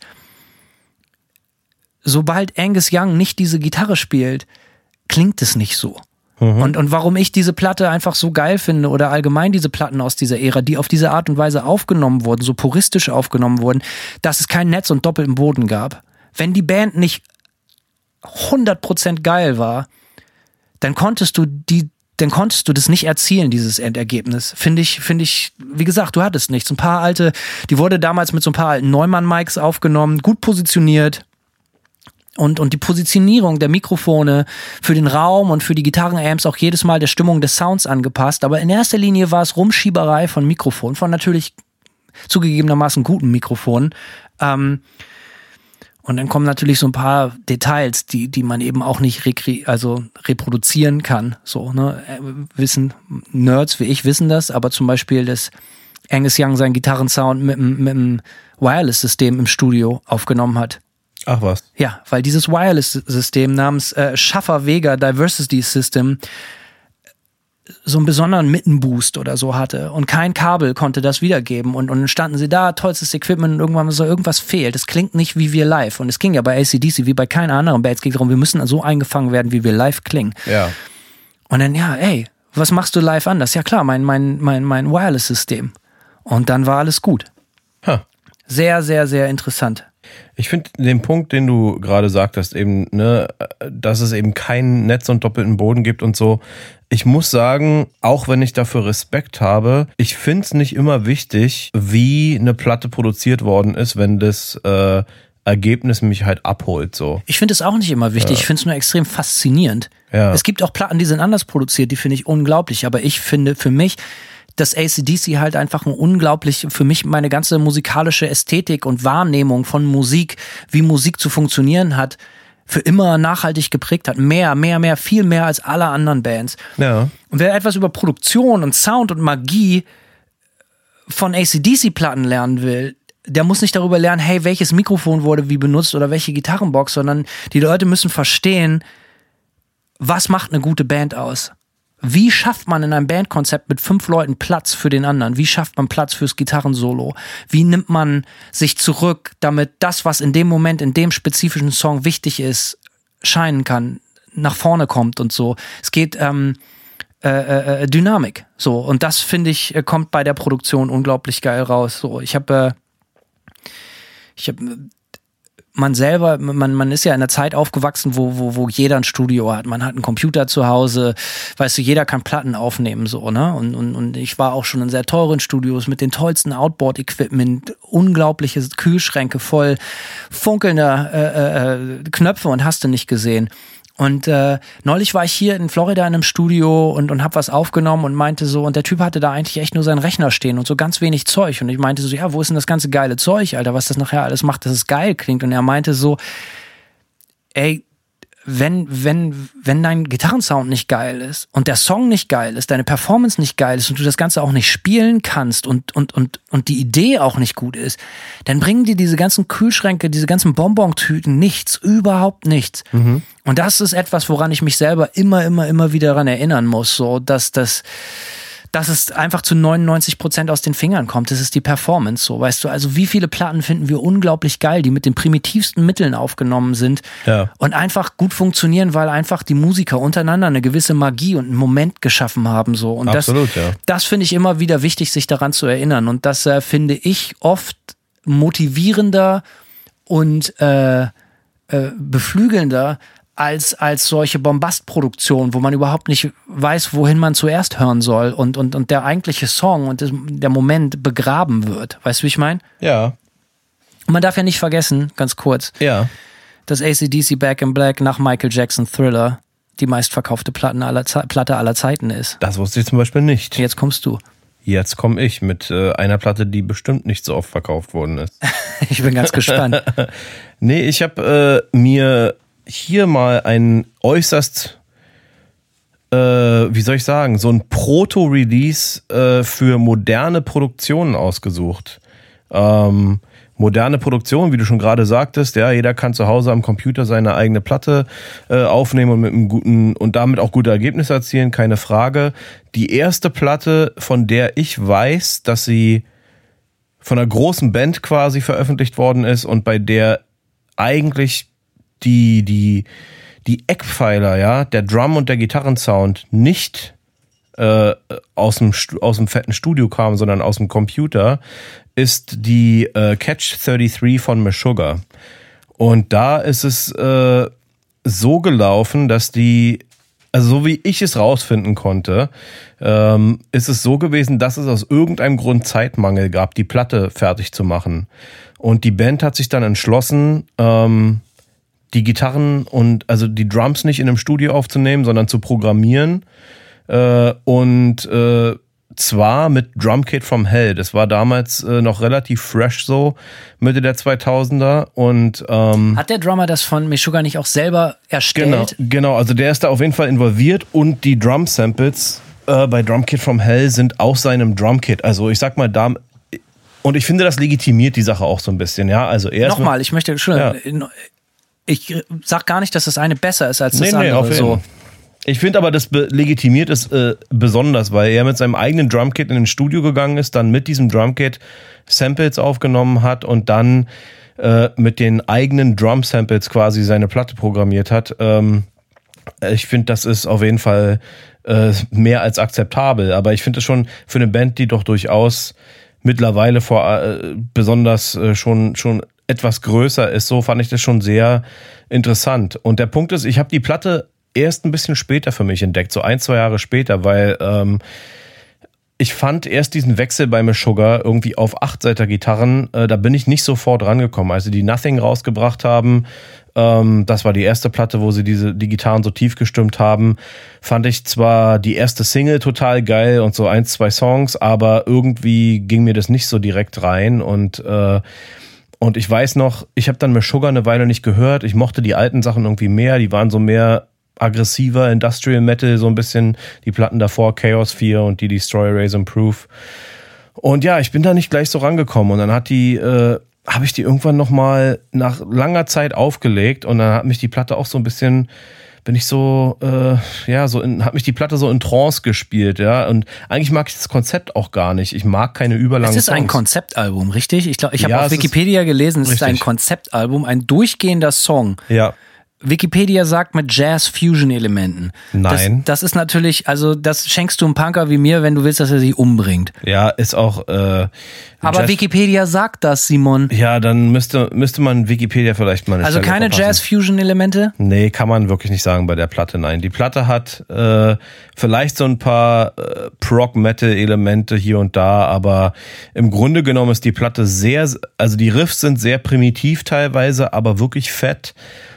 sobald Angus Young nicht diese Gitarre spielt, klingt es nicht so. Mhm. Und, und warum ich diese Platte einfach so geil finde oder allgemein diese Platten aus dieser Ära, die auf diese Art und Weise aufgenommen wurden, so puristisch aufgenommen wurden, dass es kein Netz und doppelten Boden gab. Wenn die Band nicht hundert Prozent geil war, dann konntest du die, dann konntest du das nicht erzielen, dieses Endergebnis. Finde ich, finde ich, wie gesagt, du hattest nichts. Ein paar alte, die wurde damals mit so ein paar alten Neumann-Mics aufgenommen, gut positioniert. Und, und die Positionierung der Mikrofone für den Raum und für die Gitarrenamps auch jedes Mal der Stimmung des Sounds angepasst. Aber in erster Linie war es Rumschieberei von Mikrofonen, von natürlich zugegebenermaßen guten Mikrofonen. Ähm, und dann kommen natürlich so ein paar Details, die, die man eben auch nicht rekre- also reproduzieren kann. So, ne? Wissen, Nerds wie ich wissen das, aber zum Beispiel, dass Angus Young seinen Gitarrensound mit, mit einem Wireless-System im Studio aufgenommen hat. Ach was. Ja, weil dieses Wireless-System namens äh, Schaffer Vega Diversity System so einen besonderen Mittenboost oder so hatte und kein Kabel konnte das wiedergeben und, und dann standen sie da, tollstes Equipment und irgendwann so irgendwas fehlt. Es klingt nicht wie wir live und es ging ja bei A C D C wie bei keiner anderen Band. Es ging darum, wir müssen so eingefangen werden, wie wir live klingen. Ja. Und dann, ja, ey, was machst du live anders? Ja klar, mein, mein, mein, mein Wireless-System. Und dann war alles gut. Huh. Sehr, sehr, sehr interessant. Ich finde den Punkt, den du gerade sagtest, eben, ne, dass es eben kein Netz und doppelten Boden gibt und so. Ich muss sagen, auch wenn ich dafür Respekt habe, ich finde es nicht immer wichtig, wie eine Platte produziert worden ist, wenn das äh, Ergebnis mich halt abholt. So. Ich finde es auch nicht immer wichtig. Ja. Ich finde es nur extrem faszinierend. Ja. Es gibt auch Platten, die sind anders produziert, die finde ich unglaublich. Aber ich finde für mich, dass A C D C halt einfach ein unglaublich, für mich meine ganze musikalische Ästhetik und Wahrnehmung von Musik, wie Musik zu funktionieren hat, für immer nachhaltig geprägt hat. Mehr, mehr, mehr, viel mehr als alle anderen Bands. Ja. Und wer etwas über Produktion und Sound und Magie von A C D C-Platten lernen will, der muss nicht darüber lernen, hey, welches Mikrofon wurde wie benutzt oder welche Gitarrenbox, sondern die Leute müssen verstehen, was macht eine gute Band aus? Wie schafft man in einem Bandkonzept mit fünf Leuten Platz für den anderen? Wie schafft man Platz fürs Gitarrensolo? Wie nimmt man sich zurück, damit das, was in dem Moment, in dem spezifischen Song wichtig ist, scheinen kann, nach vorne kommt und so. Es geht ähm, äh, äh, Dynamik. So. Und das, finde ich, kommt bei der Produktion unglaublich geil raus. So. Ich habe äh, ich habe man selber, man, man ist ja in einer Zeit aufgewachsen, wo, wo, wo jeder ein Studio hat. Man hat einen Computer zu Hause, weißt du, jeder kann Platten aufnehmen, so, ne? Und, und, und ich war auch schon in sehr teuren Studios mit den tollsten Outboard-Equipment, unglaubliche Kühlschränke voll funkelnder äh, äh, Knöpfe und hast du nicht gesehen. Und äh, neulich war ich hier in Florida in einem Studio und, und hab was aufgenommen und meinte so, und der Typ hatte da eigentlich echt nur seinen Rechner stehen und so ganz wenig Zeug. Und ich meinte so, ja, wo ist denn das ganze geile Zeug, Alter, was das nachher alles macht, dass es geil klingt. Und er meinte so, ey, wenn, wenn, wenn dein Gitarrensound nicht geil ist und der Song nicht geil ist, deine Performance nicht geil ist und du das Ganze auch nicht spielen kannst und, und, und, und die Idee auch nicht gut ist, dann bringen dir diese ganzen Kühlschränke, diese ganzen Bonbon-Tüten nichts, überhaupt nichts. Mhm. Und das ist etwas, woran ich mich selber immer, immer, immer wieder daran erinnern muss, so, dass das, dass es einfach zu neunundneunzig Prozent aus den Fingern kommt. Das ist die Performance, so, weißt du. Also wie viele Platten finden wir unglaublich geil, die mit den primitivsten Mitteln aufgenommen sind, ja, und einfach gut funktionieren, weil einfach die Musiker untereinander eine gewisse Magie und einen Moment geschaffen haben, so. Und absolut, das, ja. das finde ich immer wieder wichtig, sich daran zu erinnern. Und das äh, finde ich oft motivierender und äh, äh, beflügelnder als als solche Bombastproduktionen, wo man überhaupt nicht weiß, wohin man zuerst hören soll und und und der eigentliche Song und das, der Moment begraben wird. Weißt du, wie ich meine? Ja. Und man darf ja nicht vergessen, ganz kurz, ja, dass A C D C Back in Black nach Michael Jackson Thriller die meistverkaufte Platten aller Ze- Platte aller Zeiten ist. Das wusste ich zum Beispiel nicht. Jetzt kommst du. Jetzt komme ich mit äh, einer Platte, die bestimmt nicht so oft verkauft worden ist. Ich bin ganz gespannt. Nee, ich habe äh, mir hier mal ein äußerst, äh, wie soll ich sagen, so ein Proto-Release äh, für moderne Produktionen ausgesucht. Ähm, moderne Produktion, wie du schon gerade sagtest, ja, jeder kann zu Hause am Computer seine eigene Platte äh, aufnehmen und mit einem guten und damit auch gute Ergebnisse erzielen, keine Frage. Die erste Platte, von der ich weiß, dass sie von einer großen Band quasi veröffentlicht worden ist und bei der eigentlich die, die, die Eckpfeiler, ja, der Drum- und der Gitarrensound nicht äh, aus dem, aus dem fetten Studio kam, sondern aus dem Computer, ist die äh, Catch dreiunddreißig von Meshuggah. Und da ist es äh, so gelaufen, dass die, also so wie ich es rausfinden konnte, ähm, ist es so gewesen, dass es aus irgendeinem Grund Zeitmangel gab, die Platte fertig zu machen. Und die Band hat sich dann entschlossen, ähm, die Gitarren und also die Drums nicht in einem Studio aufzunehmen, sondern zu programmieren. Äh, und äh, zwar mit Drumkit from Hell. Das war damals äh, noch relativ fresh so, Mitte der zweitausender. Und ähm, hat der Drummer das von Meshuggah nicht auch selber erstellt? Genau, genau, also der ist da auf jeden Fall involviert und die Drum-Samples äh, bei Drumkit from Hell sind aus seinem Drumkit. Also ich sag mal, da und ich finde, das legitimiert die Sache auch so ein bisschen, ja. Also erst Nochmal, ich möchte schon. Ja. Ich sag gar nicht, dass das eine besser ist als das nee, nee, andere. Auf jeden. So. Ich finde aber, das be- legitimiert es äh, besonders, weil er mit seinem eigenen Drumkit in ein Studio gegangen ist, dann mit diesem Drumkit Samples aufgenommen hat und dann äh, mit den eigenen Drum-Samples quasi seine Platte programmiert hat. Ähm, ich finde, das ist auf jeden Fall äh, mehr als akzeptabel. Aber ich finde es schon für eine Band, die doch durchaus mittlerweile vor äh, besonders äh, schon schon etwas größer ist, so fand ich das schon sehr interessant. Und der Punkt ist, ich habe die Platte erst ein bisschen später für mich entdeckt, so ein, zwei Jahre später, weil ähm, ich fand erst diesen Wechsel bei Meshuggah irgendwie auf Achtseiter-Gitarren, äh, da bin ich nicht sofort rangekommen. Als sie die Nothing rausgebracht haben, ähm, das war die erste Platte, wo sie diese die Gitarren so tief gestimmt haben, fand ich zwar die erste Single total geil und so ein, zwei Songs, aber irgendwie ging mir das nicht so direkt rein und äh, Und ich weiß noch, ich habe dann Meshuggah eine Weile nicht gehört. Ich mochte die alten Sachen irgendwie mehr. Die waren so mehr aggressiver Industrial Metal, so ein bisschen die Platten davor, Chaos vier und die Destroy, Erase and Proof. Und ja, ich bin da nicht gleich so rangekommen. Und dann hat die, äh, habe ich die irgendwann nochmal nach langer Zeit aufgelegt. Und dann hat mich die Platte auch so ein bisschen... bin ich so, äh, ja, so in, hat mich die Platte so in Trance gespielt, ja. Und eigentlich mag ich das Konzept auch gar nicht. Ich mag keine überlangen Songs. Es ist ein Konzeptalbum, richtig? Ich glaube, ich habe Ja, auf es Wikipedia gelesen, es ist richtig. ein Konzeptalbum, ein durchgehender Song. Ja. Wikipedia sagt mit Jazz-Fusion-Elementen. Nein. Das, das ist natürlich, also das schenkst du einem Punker wie mir, wenn du willst, dass er sich umbringt. Ja, ist auch. Äh, Aber Jazz- Wikipedia sagt das, Simon. Ja, dann müsste müsste man Wikipedia vielleicht mal eine Also Stelle keine verpassen. Jazz-Fusion-Elemente? Nee, kann man wirklich nicht sagen bei der Platte, nein. Die Platte hat äh, vielleicht so ein paar äh, Prog-Metal-Elemente hier und da, aber im Grunde genommen ist die Platte sehr, also die Riffs sind sehr primitiv teilweise, aber wirklich fett.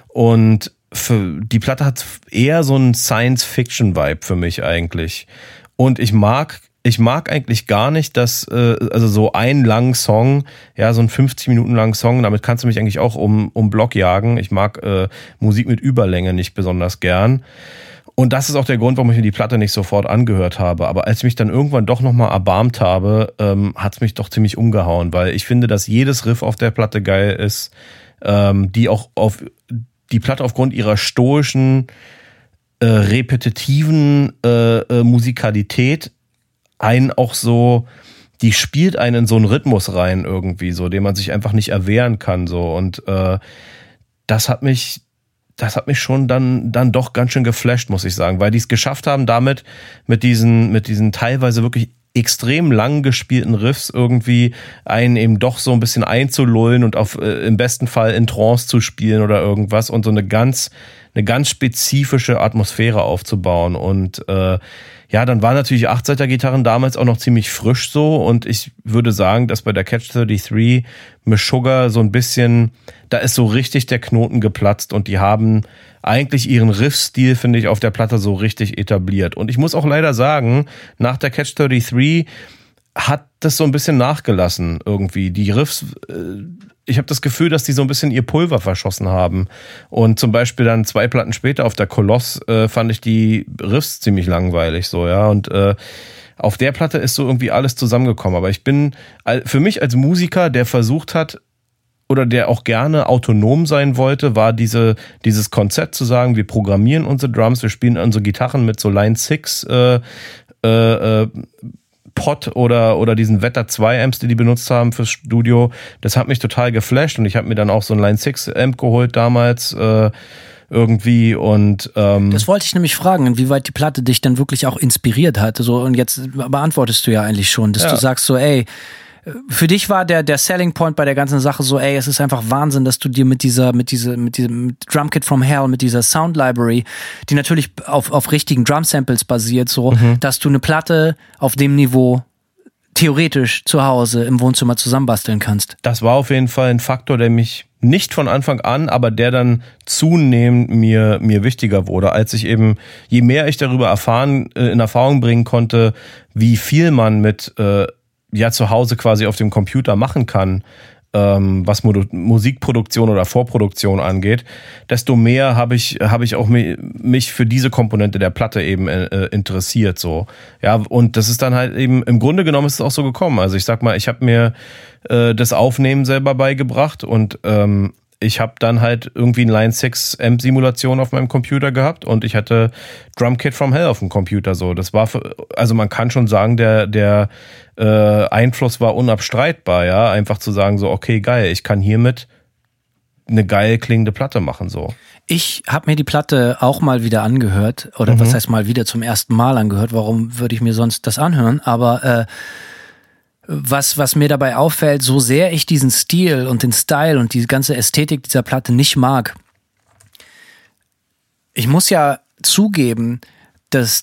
Und für, die Platte hat eher so einen Science-Fiction-Vibe für mich eigentlich. Und ich mag, ich mag eigentlich gar nicht, dass, äh, also so einen langen Song, ja, so einen fünfzig Minuten langen Song, damit kannst du mich eigentlich auch um, um Block jagen. Ich mag äh, Musik mit Überlänge nicht besonders gern. Und das ist auch der Grund, warum ich mir die Platte nicht sofort angehört habe. Aber als ich mich dann irgendwann doch nochmal erbarmt habe, ähm, hat es mich doch ziemlich umgehauen, weil ich finde, dass jedes Riff auf der Platte geil ist, ähm, die auch auf die Platte aufgrund ihrer stoischen, äh, repetitiven äh, äh, Musikalität einen auch so, die spielt einen in so einen Rhythmus rein irgendwie, so, den man sich einfach nicht erwehren kann, so. Und äh, das hat mich, das hat mich schon dann, dann doch ganz schön geflasht, muss ich sagen, weil die es geschafft haben, damit mit diesen, mit diesen teilweise wirklich extrem lang gespielten Riffs irgendwie einen eben doch so ein bisschen einzulullen und auf äh, im besten Fall in Trance zu spielen oder irgendwas und so eine ganz eine ganz spezifische Atmosphäre aufzubauen. Und äh, ja, dann waren natürlich Achtseiter-Gitarren damals auch noch ziemlich frisch so und ich würde sagen, dass bei der Catch dreiunddreißig Meshuggah so ein bisschen, da ist so richtig der Knoten geplatzt und die haben eigentlich ihren Riffstil, finde ich, auf der Platte so richtig etabliert. Und ich muss auch leider sagen, nach der Catch dreiunddreißig hat das so ein bisschen nachgelassen irgendwie. Die Riffs, ich habe das Gefühl, dass die so ein bisschen ihr Pulver verschossen haben. Und zum Beispiel dann zwei Platten später auf der Koloss äh, fand ich die Riffs ziemlich langweilig so, ja. Und äh, auf der Platte ist so irgendwie alles zusammengekommen. Aber ich bin, für mich als Musiker, der versucht hat, oder der auch gerne autonom sein wollte, war diese dieses Konzept zu sagen, wir programmieren unsere Drums, wir spielen unsere Gitarren mit so Line six äh, äh, Pot oder oder diesen Vetter zwei Amps, die die benutzt haben fürs Studio. Das hat mich total geflasht und ich habe mir dann auch so ein Line six Amp geholt damals äh, irgendwie und ähm, das wollte ich nämlich fragen, inwieweit die Platte dich dann wirklich auch inspiriert hat. So, und jetzt beantwortest du ja eigentlich schon, dass ja. du sagst so, ey, für dich war der, der Selling Point bei der ganzen Sache so, ey, es ist einfach Wahnsinn, dass du dir mit dieser, mit dieser, mit diesem mit Drum Kit from Hell, mit dieser Sound Library, die natürlich auf, auf richtigen Drum Samples basiert, so, mhm. dass du eine Platte auf dem Niveau theoretisch zu Hause im Wohnzimmer zusammenbasteln kannst. Das war auf jeden Fall ein Faktor, der mich nicht von Anfang an, aber der dann zunehmend mir mir wichtiger wurde, als ich eben, je mehr ich darüber erfahren, äh, in Erfahrung bringen konnte, wie viel man mit äh, ja zu Hause quasi auf dem Computer machen kann, ähm, was Mo- Musikproduktion oder Vorproduktion angeht, desto mehr habe ich habe ich auch mi- mich für diese Komponente der Platte eben äh, interessiert, so. Ja, und das ist dann halt eben, im Grunde genommen ist es auch so gekommen. Also ich sag mal, ich habe mir äh, das Aufnehmen selber beigebracht und ähm, ich habe dann halt irgendwie eine Line six Amp Simulation auf meinem Computer gehabt und ich hatte Drum Kit from Hell auf dem Computer, so. Das war, für, also man kann schon sagen, der der äh, Einfluss war unabstreitbar, ja, einfach zu sagen so, okay, geil, ich kann hiermit eine geil klingende Platte machen, so. Ich habe mir die Platte auch mal wieder angehört, oder mhm. was heißt mal wieder, zum ersten Mal angehört, warum würde ich mir sonst das anhören, aber äh, Was, was mir dabei auffällt, so sehr ich diesen Stil und den Style und die ganze Ästhetik dieser Platte nicht mag, ich muss ja zugeben, dass,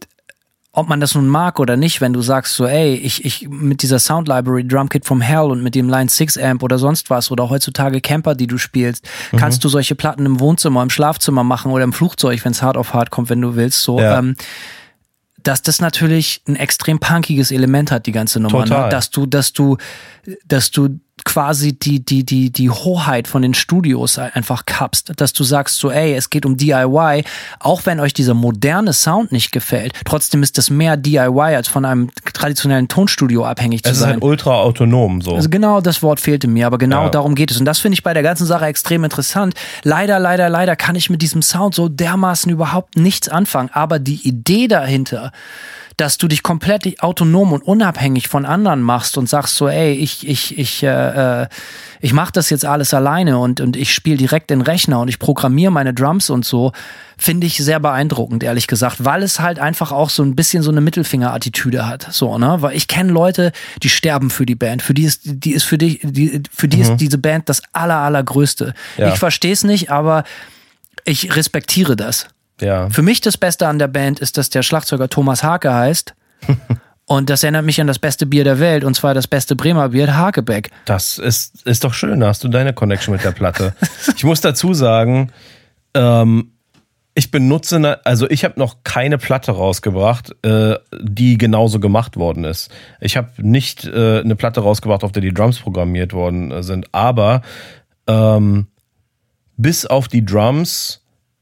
ob man das nun mag oder nicht, wenn du sagst so, ey, ich, ich mit dieser Sound Library Drum Kit from Hell und mit dem Line six Amp oder sonst was oder heutzutage Camper, die du spielst, mhm. kannst du solche Platten im Wohnzimmer, im Schlafzimmer machen oder im Flugzeug, wenn es hart auf hart kommt, wenn du willst, so, ja. ähm, dass das natürlich ein extrem punkiges Element hat, die ganze Nummer, ne? Dass du, dass du, dass du quasi die, die, die, die Hoheit von den Studios einfach kappst, dass du sagst so, ey, es geht um D I Y, auch wenn euch dieser moderne Sound nicht gefällt, trotzdem ist das mehr D I Y als von einem traditionellen Tonstudio abhängig zu sein. Es ist halt ultra autonom, so. Also genau das Wort fehlte mir, aber genau ja. darum geht es. Und das finde ich bei der ganzen Sache extrem interessant. Leider, leider, leider kann ich mit diesem Sound so dermaßen überhaupt nichts anfangen, aber die Idee dahinter, dass du dich komplett autonom und unabhängig von anderen machst und sagst so, ey, ich ich ich äh, ich mache das jetzt alles alleine und und ich spiele direkt den Rechner und ich programmiere meine Drums und so, finde ich sehr beeindruckend, ehrlich gesagt, weil es halt einfach auch so ein bisschen so eine Mittelfinger-Attitüde hat, so, ne, weil ich kenne Leute, die sterben für die Band, für die ist die ist für dich die für die mhm. ist diese Band das aller allergrößte. Ja. Ich verstehe es nicht, aber ich respektiere das. Ja. Für mich das Beste an der Band ist, dass der Schlagzeuger Thomas Hake heißt. Und das erinnert mich an das beste Bier der Welt, und zwar das beste Bremer Bier, Hakebeck. Das ist, ist doch schön, da hast du deine Connection mit der Platte. Ich muss dazu sagen, ähm, ich benutze, also ich habe noch keine Platte rausgebracht, äh, die genauso gemacht worden ist. Ich habe nicht äh, eine Platte rausgebracht, auf der die Drums programmiert worden sind, aber ähm, bis auf die Drums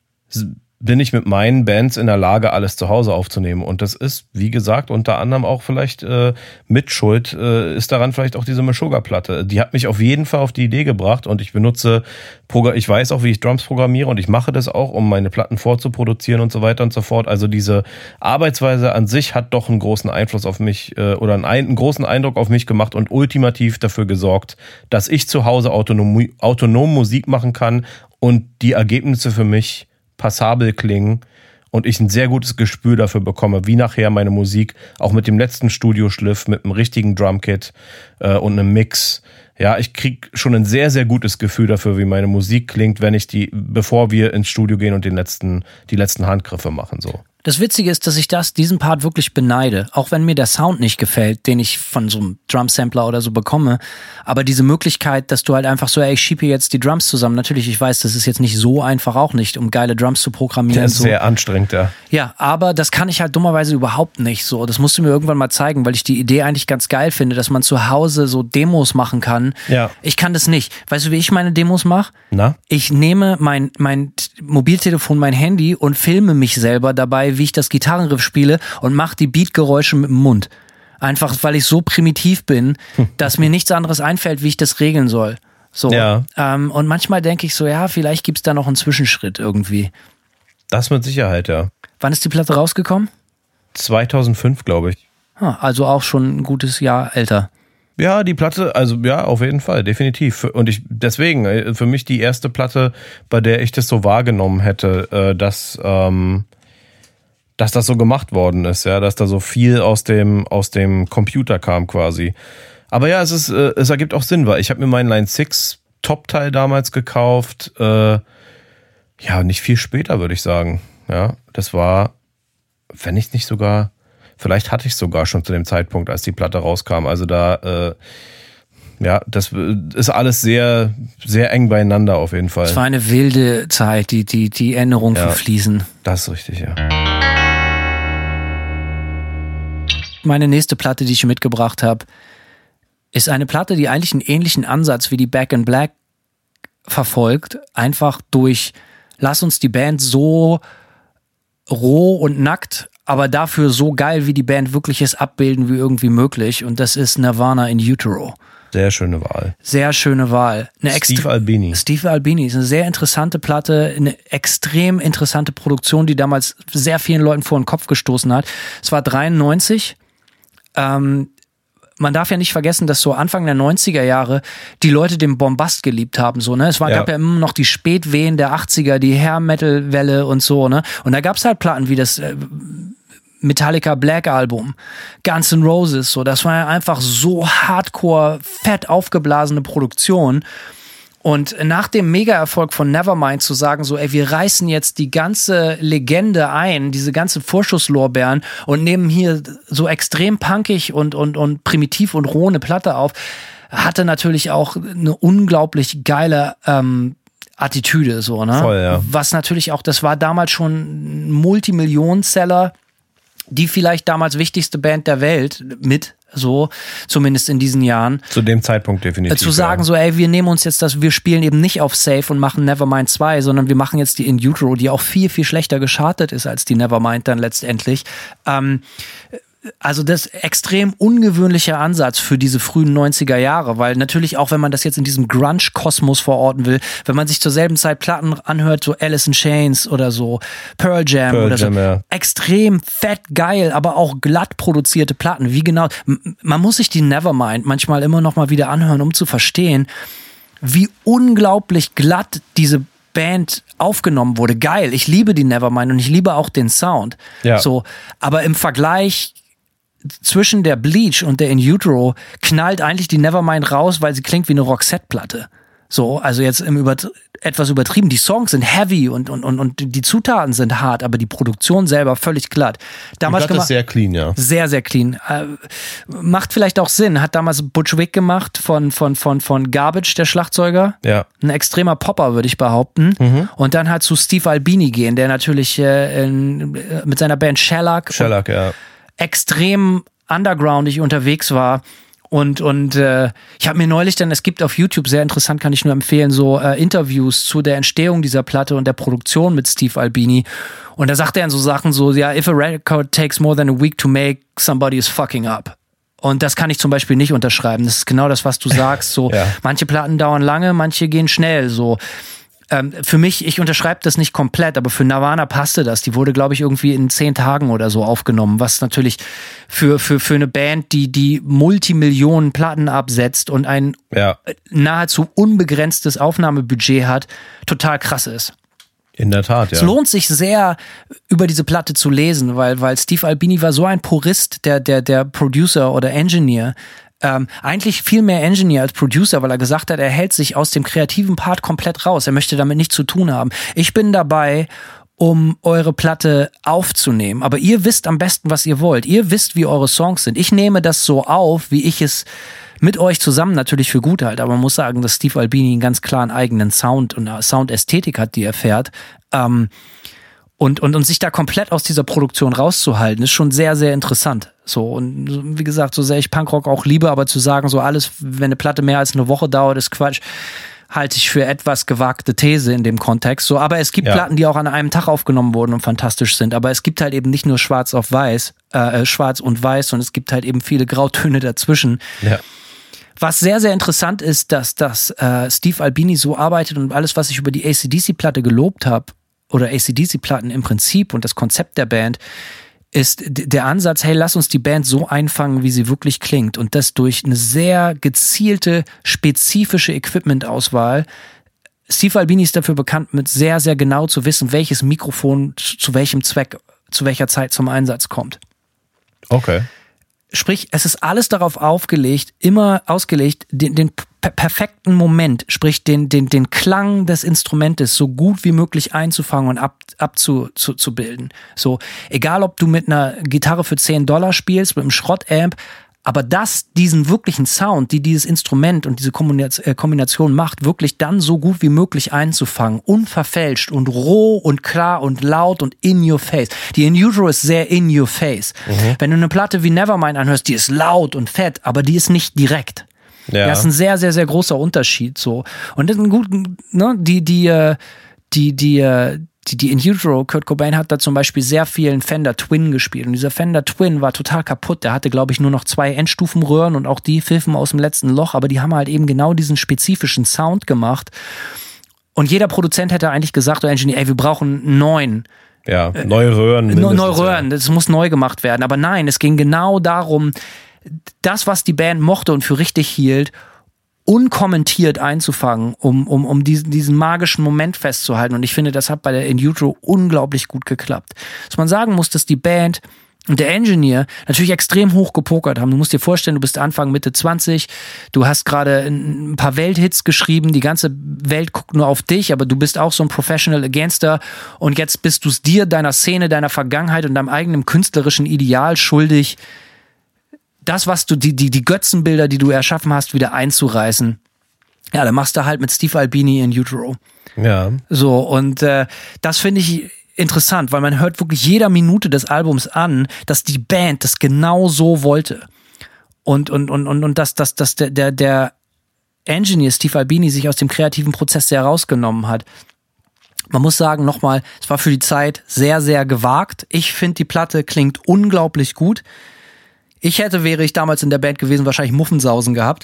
bin ich mit meinen Bands in der Lage, alles zu Hause aufzunehmen. Und das ist, wie gesagt, unter anderem auch vielleicht äh, Mitschuld, äh, ist daran vielleicht auch diese Meshuggah-Platte. Die hat mich auf jeden Fall auf die Idee gebracht und ich benutze, ich weiß auch, wie ich Drums programmiere und ich mache das auch, um meine Platten vorzuproduzieren und so weiter und so fort. Also diese Arbeitsweise an sich hat doch einen großen Einfluss auf mich äh, oder einen, einen großen Eindruck auf mich gemacht und ultimativ dafür gesorgt, dass ich zu Hause autonom, autonom Musik machen kann und die Ergebnisse für mich passabel klingen und ich ein sehr gutes Gespür dafür bekomme, wie nachher meine Musik auch mit dem letzten Studioschliff, mit einem richtigen Drumkit äh, und einem Mix, ja, ich krieg schon ein sehr, sehr gutes Gefühl dafür, wie meine Musik klingt, wenn ich die, bevor wir ins Studio gehen und den letzten, die letzten Handgriffe machen, so. Das Witzige ist, dass ich das, diesen Part wirklich beneide. Auch wenn mir der Sound nicht gefällt, den ich von so einem Drum-Sampler oder so bekomme. Aber diese Möglichkeit, dass du halt einfach so, ey, ich schiebe jetzt die Drums zusammen. Natürlich, ich weiß, das ist jetzt nicht so einfach auch nicht, um geile Drums zu programmieren. Das ist so. sehr anstrengend, ja. Ja, aber das kann ich halt dummerweise überhaupt nicht so. Das musst du mir irgendwann mal zeigen, weil ich die Idee eigentlich ganz geil finde, dass man zu Hause so Demos machen kann. Ja. Ich kann das nicht. Weißt du, wie ich meine Demos mache? Na? Ich nehme mein, mein Mobiltelefon, mein Handy und filme mich selber dabei, wie ich das Gitarrenriff spiele und mache die Beatgeräusche mit dem Mund. Einfach, weil ich so primitiv bin, dass mir nichts anderes einfällt, wie ich das regeln soll. So. Ja. Ähm, und manchmal denke ich so, ja, vielleicht gibt's da noch einen Zwischenschritt irgendwie. Das mit Sicherheit, ja. Wann ist die Platte rausgekommen? zweitausendfünf, glaube ich. Ah, also auch schon ein gutes Jahr älter. Ja, die Platte, also ja, auf jeden Fall, definitiv. Und ich deswegen, für mich die erste Platte, bei der ich das so wahrgenommen hätte, dass, ähm, dass das so gemacht worden ist, ja, dass da so viel aus dem, aus dem Computer kam quasi. Aber ja, es ist, äh, es ergibt auch Sinn, weil ich habe mir meinen Line six Top-Teil damals gekauft. Äh, ja, nicht viel später, würde ich sagen. Ja, das war, wenn ich nicht sogar, vielleicht hatte ich sogar schon zu dem Zeitpunkt, als die Platte rauskam. Also da, äh, ja, das ist alles sehr, sehr eng beieinander auf jeden Fall. Es war eine wilde Zeit, die, die, die Erinnerungen ja, verfließen. Das ist richtig, ja. Meine nächste Platte, die ich mitgebracht habe, ist eine Platte, die eigentlich einen ähnlichen Ansatz wie die Back in Black verfolgt. Einfach durch, lass uns die Band so roh und nackt, aber dafür so geil, wie die Band wirklich ist, abbilden wie irgendwie möglich. Und das ist Nirvana in Utero. Sehr schöne Wahl. Sehr schöne Wahl. Eine Steve Albini. Steve Albini ist eine sehr interessante Platte, eine extrem interessante Produktion, die damals sehr vielen Leuten vor den Kopf gestoßen hat. Es war dreiundneunzig. Ähm, man darf ja nicht vergessen, dass so Anfang der neunziger Jahre die Leute den Bombast geliebt haben, so, ne? Es war, ja. gab ja immer noch die Spätwehen der achtziger, die Hair-Metal-Welle und so, ne? Und da gab's halt Platten wie das äh, Metallica Black Album, Guns N' Roses, so, das war ja einfach so hardcore, fett aufgeblasene Produktion. Und nach dem Mega-Erfolg von Nevermind zu sagen, so, ey, wir reißen jetzt die ganze Legende ein, diese ganzen Vorschusslorbeeren und nehmen hier so extrem punkig und, und, und primitiv und roh eine Platte auf, hatte natürlich auch eine unglaublich geile ähm, Attitüde, so, ne? Voll, ja. Was natürlich auch, das war damals schon ein Multimillionen-Seller, die vielleicht damals wichtigste Band der Welt mit, so, zumindest in diesen Jahren. Zu dem Zeitpunkt definitiv. Zu sagen, ja. so, ey, wir nehmen uns jetzt das, wir spielen eben nicht auf Safe und machen Nevermind zwei, sondern wir machen jetzt die In Utero, die auch viel, viel schlechter geschartet ist als die Nevermind dann letztendlich. Ähm, Also das extrem ungewöhnlicher Ansatz für diese frühen neunziger Jahre, weil natürlich auch, wenn man das jetzt in diesem Grunge-Kosmos verorten will, wenn man sich zur selben Zeit Platten anhört, so Alice in Chains oder so, Pearl Jam Pearl oder Jam, so, ja. extrem fett geil, aber auch glatt produzierte Platten. Wie genau, man muss sich die Nevermind manchmal immer noch mal wieder anhören, um zu verstehen, wie unglaublich glatt diese Band aufgenommen wurde. Geil, ich liebe die Nevermind und ich liebe auch den Sound. Ja. So, aber im Vergleich zwischen der Bleach und der In Utero knallt eigentlich die Nevermind raus, weil sie klingt wie eine Roxette-Platte. So, also jetzt im Übert- etwas übertrieben. Die Songs sind heavy und, und, und, und die Zutaten sind hart, aber die Produktion selber völlig glatt. Damals glatt ist sehr clean, ja. Sehr, sehr clean. Äh, macht vielleicht auch Sinn. Hat damals Butch Vig gemacht von, von, von, von Garbage, der Schlagzeuger. Ja. Ein extremer Popper, würde ich behaupten. Mhm. Und dann halt zu Steve Albini gehen, der natürlich äh, in, mit seiner Band Shellac, Shellac, ja. extrem undergroundig unterwegs war. Und, und äh, ich habe mir neulich dann, es gibt auf YouTube, sehr interessant, kann ich nur empfehlen, so äh, Interviews zu der Entstehung dieser Platte und der Produktion mit Steve Albini. Und da sagt er dann so Sachen so, ja, if a record takes more than a week to make, somebody is fucking up. Und das kann ich zum Beispiel nicht unterschreiben. Das ist genau das, was du sagst. So, ja. Manche Platten dauern lange, manche gehen schnell. So. Ähm, für mich, ich unterschreibe das nicht komplett, aber für Nirvana passte das. Die wurde, glaube ich, irgendwie in zehn Tagen oder so aufgenommen, was natürlich für, für, für eine Band, die, die Multimillionen Platten absetzt und ein ja. nahezu unbegrenztes Aufnahmebudget hat, total krass ist. In der Tat, ja. Es lohnt sich sehr, über diese Platte zu lesen, weil, weil Steve Albini war so ein Purist, der, der, der Producer oder Engineer, Ähm, eigentlich viel mehr Engineer als Producer, weil er gesagt hat, er hält sich aus dem kreativen Part komplett raus. Er möchte damit nichts zu tun haben. Ich bin dabei, um eure Platte aufzunehmen. Aber ihr wisst am besten, was ihr wollt. Ihr wisst, wie eure Songs sind. Ich nehme das so auf, wie ich es mit euch zusammen natürlich für gut halte. Aber man muss sagen, dass Steve Albini einen ganz klaren eigenen Sound und Soundästhetik hat, die er fährt. Ähm, Und, und, und sich da komplett aus dieser Produktion rauszuhalten, ist schon sehr, sehr interessant. So, und wie gesagt, so sehr ich Punkrock auch liebe, aber zu sagen, so alles, wenn eine Platte mehr als eine Woche dauert, ist Quatsch, halte ich für etwas gewagte These in dem Kontext. So, aber es gibt ja. Platten, die auch an einem Tag aufgenommen wurden und fantastisch sind. Aber es gibt halt eben nicht nur schwarz auf weiß, äh, schwarz und weiß, sondern es gibt halt eben viele Grautöne dazwischen. Ja. Was sehr, sehr interessant ist, dass, dass äh, Steve Albini so arbeitet und alles, was ich über die A C D C-Platte gelobt habe, oder A C D C-Platten im Prinzip und das Konzept der Band, ist der Ansatz, hey, lass uns die Band so einfangen, wie sie wirklich klingt. Und das durch eine sehr gezielte, spezifische Equipment-Auswahl. Steve Albini ist dafür bekannt, mit sehr, sehr genau zu wissen, welches Mikrofon zu welchem Zweck, zu welcher Zeit zum Einsatz kommt. Okay. Sprich, es ist alles darauf aufgelegt, immer ausgelegt, den, den per- perfekten Moment, sprich den, den, den Klang des Instrumentes so gut wie möglich einzufangen und ab, abzubilden. So, egal ob du mit einer Gitarre für zehn Dollar spielst, mit einem Schrottamp, aber das, diesen wirklichen Sound, die dieses Instrument und diese Kombination macht, wirklich dann so gut wie möglich einzufangen, unverfälscht und roh und klar und laut und in your face. Die In Utero ist sehr in your face. Mhm. Wenn du eine Platte wie Nevermind anhörst, die ist laut und fett, aber die ist nicht direkt. Ja. Das ist ein sehr, sehr, sehr großer Unterschied, so. Und das ist ein gut, ne, die, die, die, die, Die, die In Utero, Kurt Cobain hat da zum Beispiel sehr viel einen Fender Twin gespielt und dieser Fender Twin war total kaputt. Der hatte, glaube ich, nur noch zwei Endstufenröhren und auch die pfiffen aus dem letzten Loch, aber die haben halt eben genau diesen spezifischen Sound gemacht und jeder Produzent hätte eigentlich gesagt, oder Engineer, ey, wir brauchen einen neuen. Ja, neue Röhren. Äh, neue Röhren, das muss neu gemacht werden. Aber nein, es ging genau darum, das, was die Band mochte und für richtig hielt, unkommentiert einzufangen, um, um, um diesen, diesen magischen Moment festzuhalten. Und ich finde, das hat bei der In Utero unglaublich gut geklappt. Was man sagen muss, dass die Band und der Engineer natürlich extrem hoch gepokert haben. Du musst dir vorstellen, du bist Anfang, Mitte zwanzig, du hast gerade ein paar Welthits geschrieben, die ganze Welt guckt nur auf dich, aber du bist auch so ein Professional Gangster und jetzt bist du es dir, deiner Szene, deiner Vergangenheit und deinem eigenen künstlerischen Ideal schuldig, das, was du, die, die, die Götzenbilder, die du erschaffen hast, wieder einzureißen. Ja, dann machst du halt mit Steve Albini In Utero. Ja. So, und äh, das finde ich interessant, weil man hört wirklich jeder Minute des Albums an, dass die Band das genau so wollte. Und, und, und, und, und dass, dass, dass der, der, der Engineer Steve Albini sich aus dem kreativen Prozess sehr rausgenommen hat. Man muss sagen, nochmal, es war für die Zeit sehr, sehr gewagt. Ich finde, die Platte klingt unglaublich gut. Ich hätte, wäre ich damals in der Band gewesen, wahrscheinlich Muffensausen gehabt.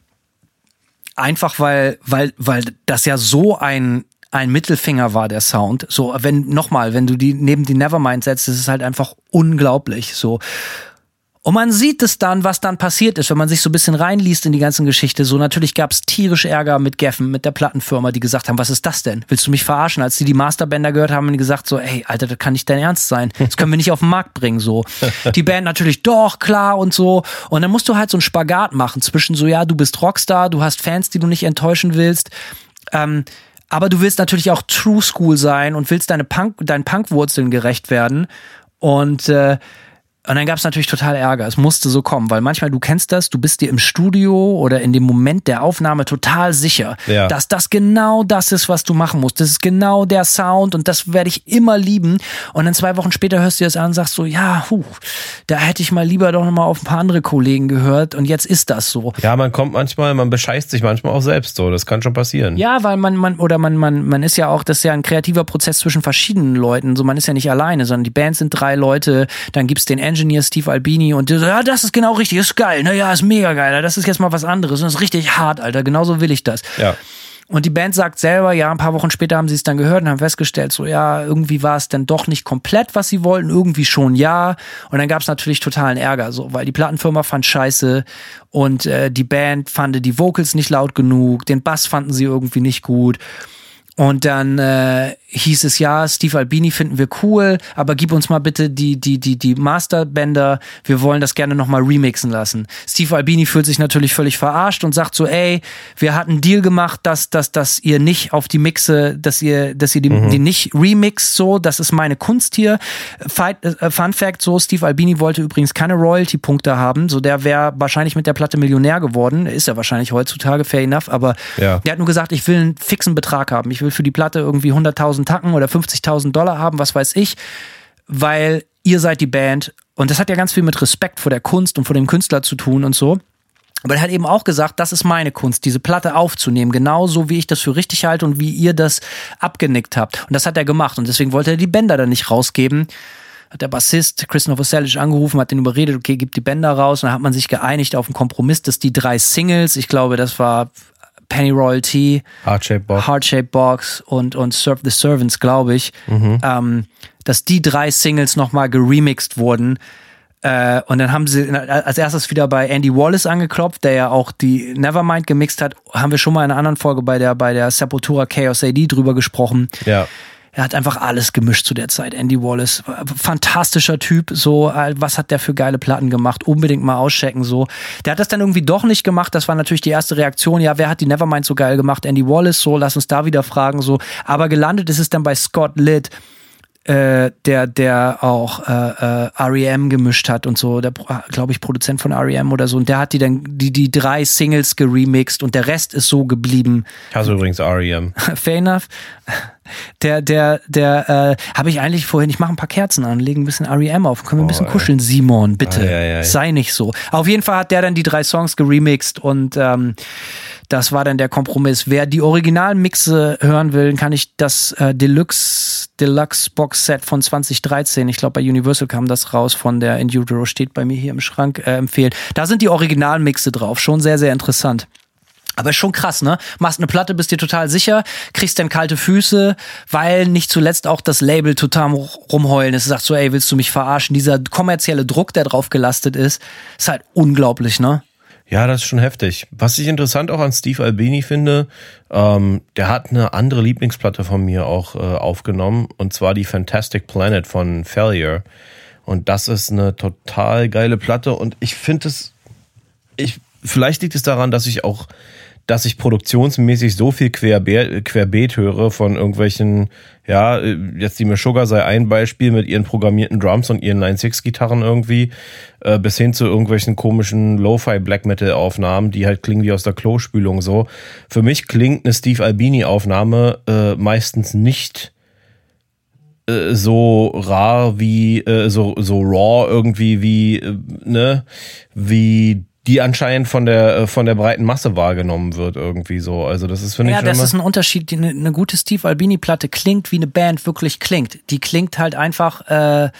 Einfach weil, weil, weil das ja so ein, ein Mittelfinger war, der Sound. So, wenn, nochmal, wenn du die neben die Nevermind setzt, das ist halt einfach unglaublich, so. Und man sieht es dann, was dann passiert ist, wenn man sich so ein bisschen reinliest in die ganze Geschichte. So, natürlich gab es tierisch Ärger mit Geffen, mit der Plattenfirma, die gesagt haben, was ist das denn? Willst du mich verarschen? Als die die Masterbänder gehört haben, haben die gesagt so, ey, Alter, das kann nicht dein Ernst sein. Das können wir nicht auf den Markt bringen, so. Die Band natürlich, doch, klar und so. Und dann musst du halt so einen Spagat machen zwischen so, ja, du bist Rockstar, du hast Fans, die du nicht enttäuschen willst. Ähm, aber du willst natürlich auch True School sein und willst deine Punk, deinen Punkwurzeln gerecht werden. Und, äh, Und dann gab es natürlich total Ärger. Es musste so kommen, weil manchmal, du kennst das, du bist dir im Studio oder in dem Moment der Aufnahme total sicher, ja, dass das genau das ist, was du machen musst. Das ist genau der Sound und das werde ich immer lieben. Und dann zwei Wochen später hörst du dir das an und sagst so, ja, huh, da hätte ich mal lieber doch nochmal auf ein paar andere Kollegen gehört und jetzt ist das so. Ja, man kommt manchmal, man bescheißt sich manchmal auch selbst so. Das kann schon passieren. Ja, weil man, man, oder man, man, man ist ja auch, das ist ja ein kreativer Prozess zwischen verschiedenen Leuten. So, man ist ja nicht alleine, sondern die Band sind drei Leute, dann gibt's den Engineer Steve Albini und ja, das ist genau richtig, ist geil, naja, ist mega geil, das ist jetzt mal was anderes und das ist richtig hart, Alter, genauso will ich das. Ja. Und die Band sagt selber, ja, ein paar Wochen später haben sie es dann gehört und haben festgestellt, so ja, irgendwie war es dann doch nicht komplett, was sie wollten, irgendwie schon ja. Und dann gab es natürlich totalen Ärger, so, weil die Plattenfirma fand scheiße und äh, die Band fand die Vocals nicht laut genug, den Bass fanden sie irgendwie nicht gut. Und dann äh, hieß es, ja, Steve Albini finden wir cool, aber gib uns mal bitte die die die die Masterbänder, wir wollen das gerne nochmal remixen lassen. Steve Albini fühlt sich natürlich völlig verarscht und sagt so, ey, wir hatten einen Deal gemacht, dass dass dass ihr nicht auf die Mixe, dass ihr dass ihr die, mhm. die nicht remixt, so, das ist meine Kunst hier. Fight, äh, Fun Fact, so, Steve Albini wollte übrigens keine Royalty-Punkte haben, so, der wäre wahrscheinlich mit der Platte Millionär geworden, ist er wahrscheinlich heutzutage, fair enough, aber ja. Der hat nur gesagt, ich will einen fixen Betrag haben, ich will für die Platte irgendwie hunderttausend Tacken oder fünfzigtausend Dollar haben, was weiß ich, weil ihr seid die Band und das hat ja ganz viel mit Respekt vor der Kunst und vor dem Künstler zu tun und so. Aber er hat eben auch gesagt, das ist meine Kunst, diese Platte aufzunehmen, genauso wie ich das für richtig halte und wie ihr das abgenickt habt. Und das hat er gemacht und deswegen wollte er die Bänder dann nicht rausgeben. Hat der Bassist Chris Novoselic angerufen, hat den überredet, okay, gib die Bänder raus und dann hat man sich geeinigt auf einen Kompromiss, dass die drei Singles, ich glaube, das war Penny Royalty, Heart-Shaped Box, Heart-Shaped Box und, und Serve the Servants, glaube ich, mhm. ähm, dass die drei Singles nochmal geremixed wurden. Äh, und dann haben sie als erstes wieder bei Andy Wallace angeklopft, der ja auch die Nevermind gemixt hat. Haben wir schon mal in einer anderen Folge bei der, bei der Sepultura Chaos A D drüber gesprochen. Ja. Er hat einfach alles gemischt zu der Zeit. Andy Wallace, fantastischer Typ, so, was hat der für geile Platten gemacht? Unbedingt mal auschecken, so. Der hat das dann irgendwie doch nicht gemacht, das war natürlich die erste Reaktion, ja, wer hat die Nevermind so geil gemacht? Andy Wallace, so, lass uns da wieder fragen, so. Aber gelandet ist es dann bei Scott Litt, äh, der, der auch äh, äh, R E M gemischt hat und so, der, glaube ich, Produzent von R E M oder so, und der hat die dann, die, die drei Singles geremixed und der Rest ist so geblieben. Ich hasse übrigens R E M. Fair enough. Der, der, der, äh, habe ich eigentlich vorhin, ich mache ein paar Kerzen an, lege ein bisschen R E M auf. Können wir ein bisschen oh, kuscheln, Simon, bitte. Ei, ei, ei. Sei nicht so. Auf jeden Fall hat der dann die drei Songs geremixed und ähm, das war dann der Kompromiss. Wer die originalen Mixe hören will, kann ich das äh, Deluxe, Deluxe Box Set von zwanzig dreizehn, ich glaube bei Universal kam das raus, von der In Utero, steht bei mir hier im Schrank, äh, empfehlen. Da sind die originalen Mixe drauf. Schon sehr, sehr interessant. Aber ist schon krass, ne? Machst eine Platte, bist dir total sicher, kriegst dann kalte Füße, weil nicht zuletzt auch das Label total rumheulen ist. Es sagt so, ey, willst du mich verarschen? Dieser kommerzielle Druck, der drauf gelastet ist, ist halt unglaublich, ne? Ja, das ist schon heftig. Was ich interessant auch an Steve Albini finde, ähm, der hat eine andere Lieblingsplatte von mir auch äh, aufgenommen, und zwar die Fantastic Planet von Failure. Und das ist eine total geile Platte, und ich finde es, ich vielleicht liegt es daran, dass ich auch, dass ich produktionsmäßig so viel querbeet, querbeet höre von irgendwelchen, ja, jetzt die Meshuggah sei ein Beispiel mit ihren programmierten Drums und ihren neun sechs Gitarren irgendwie, äh, bis hin zu irgendwelchen komischen Lo-Fi Black Metal Aufnahmen, die halt klingen wie aus der Klospülung so. Für mich klingt eine Steve Albini Aufnahme äh, meistens nicht äh, so rar wie, äh, so, so raw irgendwie wie, äh, ne, wie die anscheinend von der von der breiten Masse wahrgenommen wird irgendwie so. Also das ist, finde ich, ja, das ist ein Unterschied. Die, eine, eine gute Steve Albini Platte klingt, wie eine Band wirklich klingt. Die klingt halt einfach äh,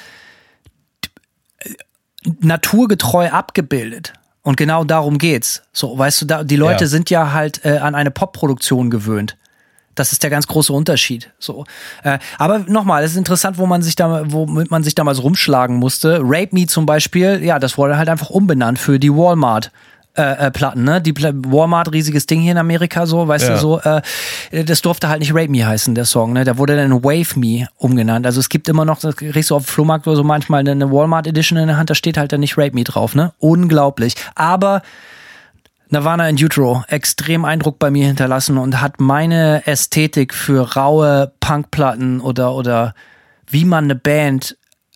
naturgetreu abgebildet. Und genau darum geht's. So, weißt du, da, die Leute ja. sind ja halt äh, an eine Popproduktion gewöhnt. Das ist der ganz große Unterschied. So, äh, aber nochmal, es ist interessant, wo man sich da, womit man sich damals rumschlagen musste. Rape Me zum Beispiel, ja, das wurde halt einfach umbenannt für die Walmart. Äh, äh, Platten, ne? Die Pla- Walmart, riesiges Ding hier in Amerika, so, weißt ja. du, so, äh, das durfte halt nicht Rape Me heißen, der Song, ne? Da wurde dann Wave Me umgenannt. Also es gibt immer noch, das kriegst du auf dem Flohmarkt oder so manchmal eine Walmart Edition in der Hand, da steht halt dann nicht Rape Me drauf, ne? Unglaublich. Aber Nirvana in Utero, extrem Eindruck bei mir hinterlassen und hat meine Ästhetik für raue Punkplatten oder, oder wie man eine Band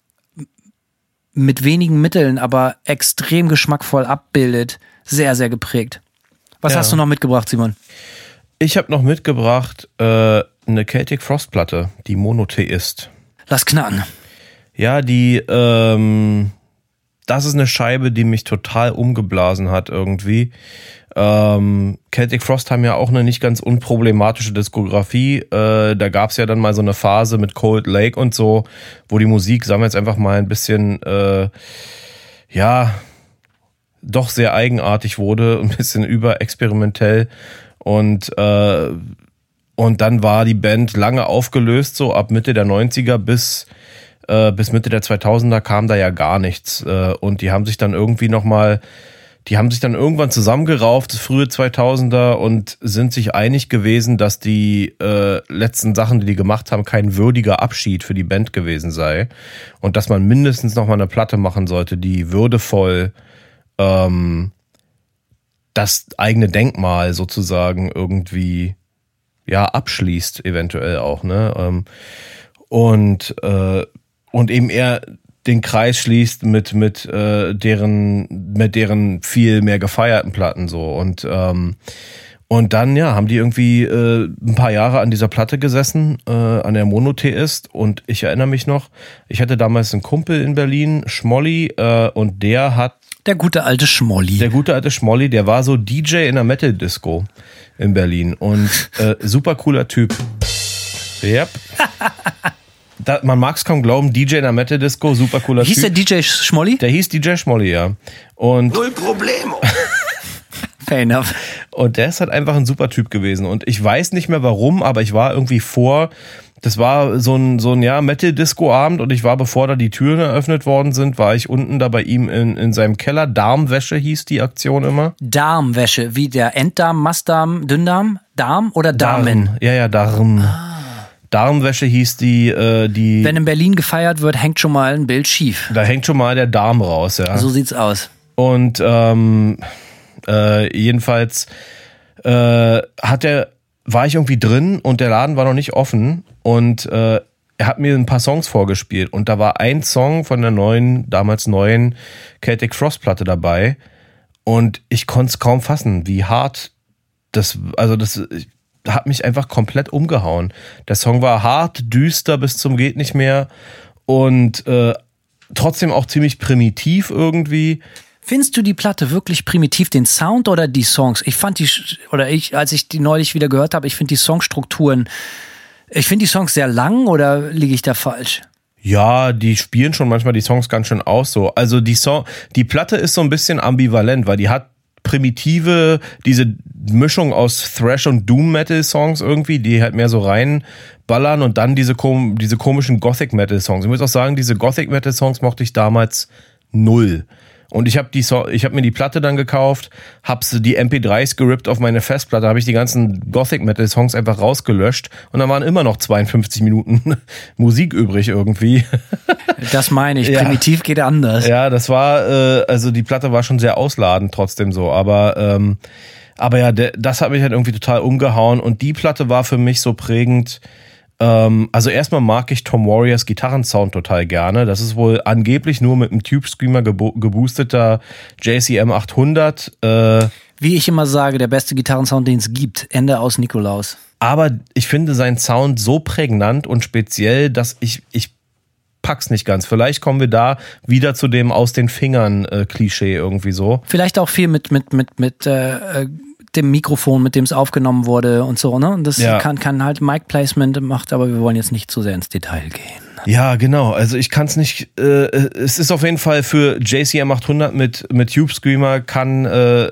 mit wenigen Mitteln, aber extrem geschmackvoll abbildet, sehr, sehr geprägt. Was ja. hast du noch mitgebracht, Simon? Ich habe noch mitgebracht äh, eine Celtic Frost Platte, die Monotheist. Lass knacken. Ja, die, ähm, das ist eine Scheibe, die mich total umgeblasen hat irgendwie. Ähm, Celtic Frost haben ja auch eine nicht ganz unproblematische Diskografie. Äh, da gab's ja dann mal so eine Phase mit Cold Lake und so, wo die Musik, sagen wir jetzt einfach mal, ein bisschen, äh, ja, doch sehr eigenartig wurde, ein bisschen überexperimentell. Und, äh, und dann war die Band lange aufgelöst, so ab Mitte der neunziger bis bis Mitte der zweitausender kam da ja gar nichts. Und die haben sich dann irgendwie nochmal, die haben sich dann irgendwann zusammengerauft, frühe zweitausender, und sind sich einig gewesen, dass die äh, letzten Sachen, die die gemacht haben, kein würdiger Abschied für die Band gewesen sei. Und dass man mindestens nochmal eine Platte machen sollte, die würdevoll ähm, das eigene Denkmal sozusagen irgendwie ja abschließt, eventuell auch, ne? Ähm, und äh, und eben eher den Kreis schließt mit mit äh, deren mit deren viel mehr gefeierten Platten so. Und ähm, und dann ja haben die irgendwie äh, ein paar Jahre an dieser Platte gesessen, äh, an der Monotheist. Und ich erinnere mich noch, ich hatte damals einen Kumpel in Berlin, Schmolli, äh, und der hat der gute alte Schmolli. Der gute alte Schmolli, der war so D J in der Metal Disco in Berlin und äh, super cooler Typ. Yep. Da, man mag es kaum glauben, D J in der Metal Disco, super cooler hieß Typ. Hieß der D J Schmolli? Der hieß D J Schmolli, ja. Und null Problemo. Fair enough. Und der ist halt einfach ein super Typ gewesen. Und ich weiß nicht mehr warum, aber ich war irgendwie vor, das war so ein, so ein ja, Metal-Disco-Abend, und ich war, bevor da die Türen eröffnet worden sind, war ich unten da bei ihm in, in seinem Keller. Darmwäsche hieß die Aktion immer. Darmwäsche, wie der Enddarm, Mastdarm, Dünndarm? Darm oder Darmen? Darm. Ja, ja, Darm. Ah. Darmwäsche hieß die, äh, die. Wenn in Berlin gefeiert wird, hängt schon mal ein Bild schief. Da hängt schon mal der Darm raus, ja. So sieht's aus. Und ähm, äh, jedenfalls äh, hat er, war ich irgendwie drin und der Laden war noch nicht offen und äh, er hat mir ein paar Songs vorgespielt und da war ein Song von der neuen, damals neuen Celtic Frost Platte dabei und ich konnte es kaum fassen, wie hart das, also das hat mich einfach komplett umgehauen. Der Song war hart, düster bis zum geht nicht mehr und äh, trotzdem auch ziemlich primitiv irgendwie. Findest du die Platte wirklich primitiv, den Sound oder die Songs? Ich fand die, oder ich, als ich die neulich wieder gehört habe, ich finde die Songstrukturen, ich finde die Songs sehr lang oder liege ich da falsch? Ja, die spielen schon manchmal die Songs ganz schön aus so. Also die Song, die Platte ist so ein bisschen ambivalent, weil die hat primitive, diese Mischung aus Thrash und Doom Metal Songs irgendwie, die halt mehr so reinballern und dann diese, kom- diese komischen Gothic Metal Songs. Ich muss auch sagen, diese Gothic Metal Songs mochte ich damals null. Und ich habe die so- ich habe mir die Platte dann gekauft, habe die M P dreis gerippt auf meine Festplatte, habe ich die ganzen Gothic Metal Songs einfach rausgelöscht und dann waren immer noch zweiundfünfzig Minuten Musik übrig irgendwie. Das meine ich, Ja. primitiv geht anders. Ja, das war, äh, also die Platte war schon sehr ausladend trotzdem so, aber ähm, aber ja, der, das hat mich halt irgendwie total umgehauen und die Platte war für mich so prägend. Ähm, also erstmal mag ich Tom Warriors Gitarrensound total gerne. Das ist wohl angeblich nur mit einem Tube Screamer gebo- geboosteter J C M achthundert. Äh, Wie ich immer sage, der beste Gitarrensound, den es gibt. Ende aus Nikolaus. aber ich finde seinen Sound so prägnant und speziell, dass ich, ich pack's nicht ganz. Vielleicht kommen wir da wieder zu dem aus den Fingern äh, Klischee irgendwie so. Vielleicht auch viel mit, mit, mit, mit äh, dem Mikrofon, mit dem es aufgenommen wurde und so, ne? Und das Ja. kann, kann halt Mic Placement macht, aber wir wollen jetzt nicht zu sehr ins Detail gehen. Ja, genau. Also ich kann es nicht. Äh, es ist auf jeden Fall für J C M achthundert mit mit Tube Screamer kann äh,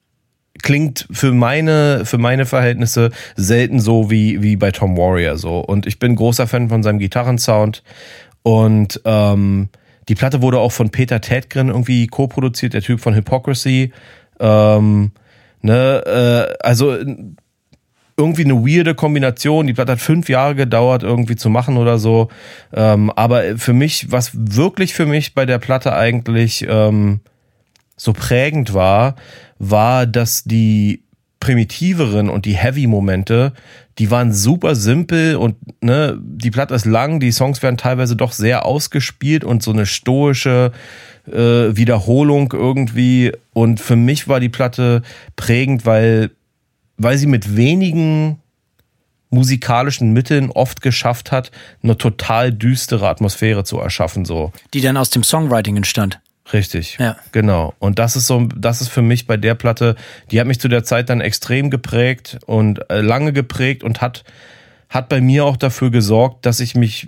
klingt für meine für meine Verhältnisse selten so wie wie bei Tom Warrior so. Und ich bin großer Fan von seinem Gitarrensound und ähm, die Platte wurde auch von Peter Tätgren irgendwie co-produziert, der Typ von Hypocrisy. Ähm, ne, äh, also irgendwie eine weirde Kombination. Die Platte hat fünf Jahre gedauert, irgendwie zu machen oder so. Ähm, aber für mich, was wirklich für mich bei der Platte eigentlich ähm, so prägend war, war, dass die primitiveren und die Heavy-Momente, die waren super simpel und ne, die Platte ist lang, die Songs werden teilweise doch sehr ausgespielt und so eine stoische äh, Wiederholung irgendwie. Und für mich war die Platte prägend, weil weil sie mit wenigen musikalischen Mitteln oft geschafft hat, eine total düstere Atmosphäre zu erschaffen, so. Die dann aus dem Songwriting entstand. Richtig. Ja. Genau. Und das ist so, das ist für mich bei der Platte, die hat mich zu der Zeit dann extrem geprägt und äh, lange geprägt und hat, hat bei mir auch dafür gesorgt, dass ich mich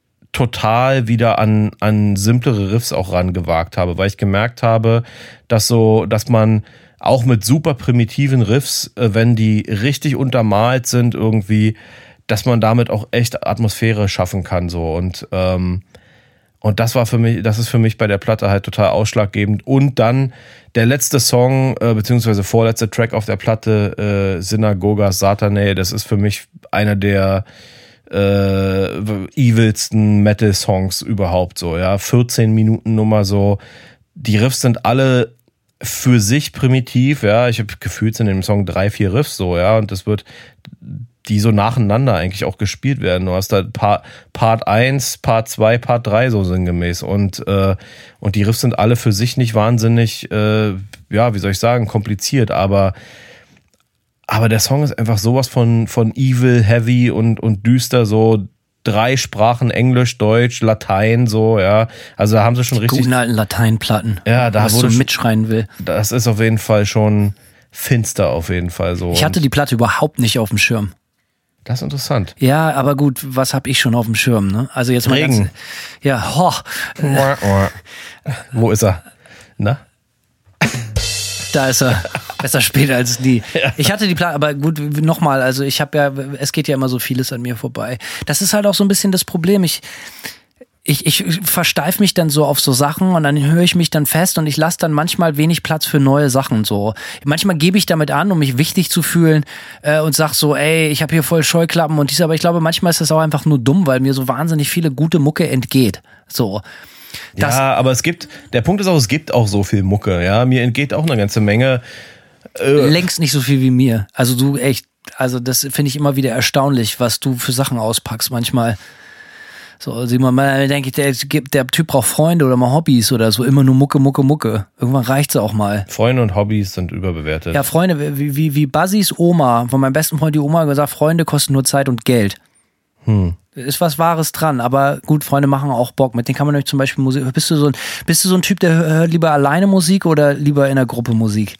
total wieder an, an simplere Riffs auch rangewagt habe, weil ich gemerkt habe, dass so, dass man auch mit super primitiven Riffs, wenn die richtig untermalt sind irgendwie, dass man damit auch echt Atmosphäre schaffen kann so und ähm, und das war für mich, das ist für mich bei der Platte halt total ausschlaggebend. Und dann der letzte Song äh, beziehungsweise vorletzte Track auf der Platte, äh, Synagoga Satanae, das ist für mich einer der äh, evilsten Metal-Songs überhaupt so, ja, vierzehn Minuten Nummer so. Die Riffs sind alle für sich primitiv, ja, ich habe gefühlt in dem Song drei, vier Riffs so, ja, und das wird, die so nacheinander eigentlich auch gespielt werden. Du hast da Part, Part eins, Part zwei, Part drei so sinngemäß und, äh, und die Riffs sind alle für sich nicht wahnsinnig, äh, ja, wie soll ich sagen, kompliziert, aber aber der Song ist einfach sowas von, von evil, heavy und, und düster, so drei Sprachen, Englisch, Deutsch, Latein, so, ja. Also da haben sie schon richtig. Guten alten Lateinplatten. Ja, da was wurde so schon- mitschreien will. Das ist auf jeden Fall schon finster, auf jeden Fall so. Ich hatte Und die Platte überhaupt nicht auf dem Schirm. das ist interessant. Ja, aber gut, was hab ich schon auf dem Schirm, ne? Also jetzt mal Regen. ganz, ja, ho, Wo ist er? Na? da ist er. Besser später als nie. Ich hatte die Platte, aber gut, nochmal, also ich habe ja, es geht ja immer so vieles an mir vorbei. Das ist halt auch so ein bisschen das Problem. Ich, ich, ich versteif mich dann so auf so Sachen und dann höre ich mich dann fest und ich lasse dann manchmal wenig Platz für neue Sachen so. Manchmal gebe ich damit an, um mich wichtig zu fühlen äh, und sag so, ey, ich habe hier voll Scheuklappen und dies, aber ich glaube, manchmal ist das auch einfach nur dumm, weil mir so wahnsinnig viele gute Mucke entgeht. So. Das ja, aber es gibt, der Punkt ist auch, es gibt auch so viel Mucke, ja. Mir entgeht auch eine ganze Menge. Äh, längst nicht so viel wie mir. Also du echt, also das finde ich immer wieder erstaunlich, was du für Sachen auspackst manchmal. So, sieh mal, mal denke ich, der, der Typ braucht Freunde oder mal Hobbys oder so, immer nur Mucke, Mucke, Mucke. Irgendwann reicht's auch mal. Freunde und Hobbys sind überbewertet. Ja, Freunde, wie, wie, wie Buzzys Oma, von meinem besten Freund die Oma hat gesagt, Freunde kosten nur Zeit und Geld. Hm. Ist was Wahres dran, aber gut, Freunde machen auch Bock. Mit denen kann man euch zum Beispiel Musik, bist du so ein, bist du so ein Typ, der hört lieber alleine Musik oder lieber in der Gruppe Musik?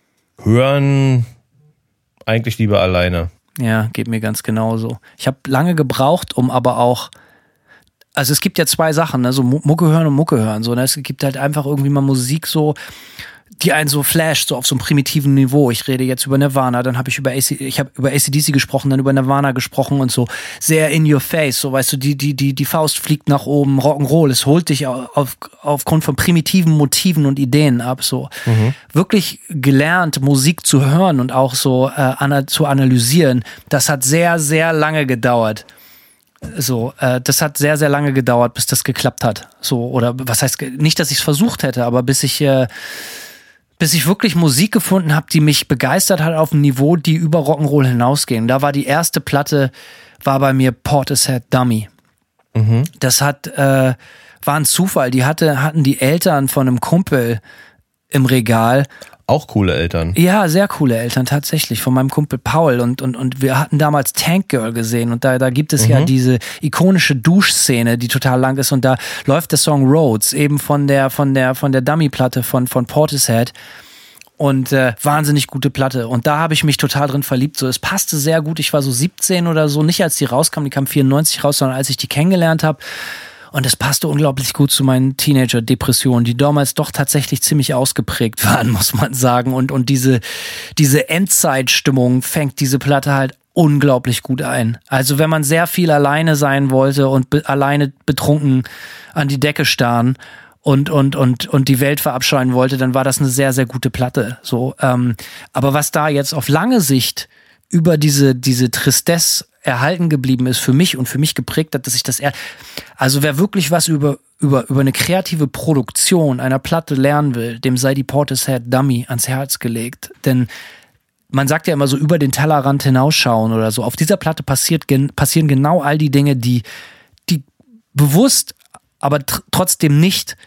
Hören eigentlich lieber alleine. Ja, geht mir ganz genauso. Ich habe lange gebraucht, um aber auch, also es gibt ja zwei Sachen, ne, so Mucke hören und Mucke hören, so, ne, es gibt halt einfach irgendwie mal Musik so, die einen so flasht, so auf so einem primitiven Niveau. Ich rede jetzt über Nirvana, dann habe ich über A C, ich habe über A C D C gesprochen, dann über Nirvana gesprochen und so sehr in your face, so, weißt du, die die die die Faust fliegt nach oben, Rock'n'Roll, es holt dich auf, aufgrund von primitiven Motiven und Ideen ab, so. Mhm. Wirklich gelernt, Musik zu hören und auch so äh, ana- zu analysieren, das hat sehr, sehr lange gedauert. So, äh, das hat sehr, sehr lange gedauert, bis das geklappt hat. So, oder was heißt, nicht, dass ich es versucht hätte, aber bis ich äh, bis ich wirklich Musik gefunden habe, die mich begeistert hat auf einem Niveau, die über Rock'n'Roll hinausgehen. Da war die erste Platte, war bei mir Portishead Dummy. Mhm. Das hat, äh, war ein Zufall. Die hatte, hatten die Eltern von einem Kumpel im Regal. Auch coole Eltern. Ja, sehr coole Eltern tatsächlich, von meinem Kumpel Paul und und und wir hatten damals Tank Girl gesehen und da da gibt es mhm. ja diese ikonische Duschszene, die total lang ist und da läuft der Song Roads eben von der von der von der Dummy-Platte von von Portishead und äh, wahnsinnig gute Platte und da habe ich mich total drin verliebt, so es passte sehr gut, ich war so siebzehn oder so, nicht als die rauskam, die kam vierundneunzig raus, sondern als ich die kennengelernt habe. Und es passte unglaublich gut zu meinen Teenager-Depressionen, die damals doch tatsächlich ziemlich ausgeprägt waren, muss man sagen. Und, und diese, diese Endzeitstimmung fängt diese Platte halt unglaublich gut ein. Also wenn man sehr viel alleine sein wollte und be- alleine betrunken an die Decke starren und, und, und, und die Welt verabscheuen wollte, dann war das eine sehr, sehr gute Platte. So, ähm, aber was da jetzt auf lange Sicht über diese, diese Tristesse erhalten geblieben ist für mich und für mich geprägt hat, dass ich das eher, also wer wirklich was über, über, über eine kreative Produktion einer Platte lernen will, dem sei die Portishead Dummy ans Herz gelegt. Denn man sagt ja immer so über den Tellerrand hinausschauen oder so. Auf dieser Platte passiert, gen, passieren genau all die Dinge, die, die bewusst, aber tr- trotzdem nicht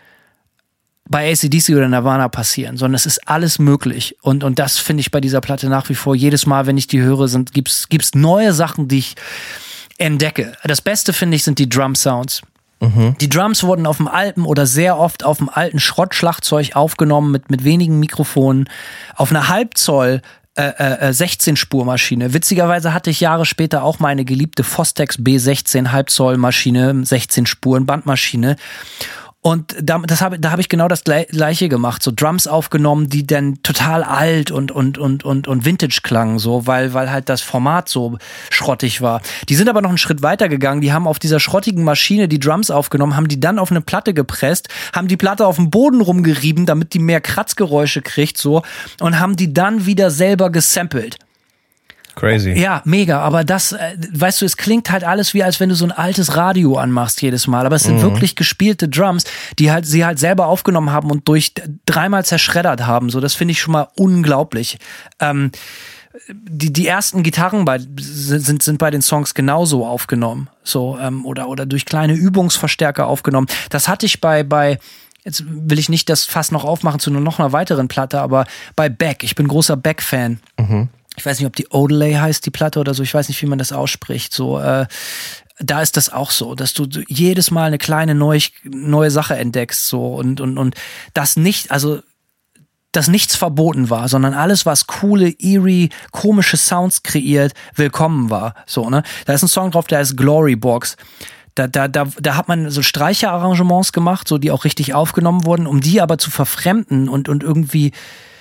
bei A C D C oder Nirvana passieren, sondern es ist alles möglich. Und, und das finde ich bei dieser Platte nach wie vor. Jedes Mal, wenn ich die höre, sind, gibt's, gibt's neue Sachen, die ich entdecke. Das Beste, finde ich, sind die Drum-Sounds. Mhm. Die Drums wurden auf dem alten oder sehr oft auf dem alten Schrottschlagzeug aufgenommen mit, mit wenigen Mikrofonen. Auf einer Halbzoll äh, äh, sechzehn-Spur-Maschine. Witzigerweise hatte ich Jahre später auch meine geliebte Fostex B sechzehn Halbzoll-Maschine, sechzehn Spuren Bandmaschine. Und da, das hab, da habe ich genau das Gleiche gemacht, so Drums aufgenommen, die dann total alt und und und und und Vintage klangen, so, weil weil halt das Format so schrottig war. Die sind aber noch einen Schritt weiter gegangen. Die haben auf dieser schrottigen Maschine die Drums aufgenommen, haben die dann auf eine Platte gepresst, haben die Platte auf dem Boden rumgerieben, damit die mehr Kratzgeräusche kriegt, so, und haben die dann wieder selber gesampelt. Crazy. Ja, mega, aber das, äh, weißt du, es klingt halt alles wie, als wenn du so ein altes Radio anmachst jedes Mal, aber es sind mhm. wirklich gespielte Drums, die halt sie halt selber aufgenommen haben und durch dreimal zerschreddert haben, so, das finde ich schon mal unglaublich. Ähm, die die ersten Gitarren bei, sind sind bei den Songs genauso aufgenommen, so, ähm, oder oder durch kleine Übungsverstärker aufgenommen. Das hatte ich bei bei Jetzt will ich nicht das Fass noch aufmachen zu noch einer weiteren Platte, aber bei Beck, ich bin großer Beck-Fan. Mhm. Ich weiß nicht, ob die Odelay heißt, die Platte oder so, ich weiß nicht, wie man das ausspricht. So, äh, da ist das auch so, dass du jedes Mal eine kleine neue, neue Sache entdeckst, so, und, und, und das nicht, also, dass nichts verboten war, sondern alles, was coole, eerie, komische Sounds kreiert, willkommen war, so, ne. Da ist ein Song drauf, der heißt Glory Box. Da, da, da, da hat man so Streicherarrangements gemacht, so, die auch richtig aufgenommen wurden, um die aber zu verfremden und, und irgendwie,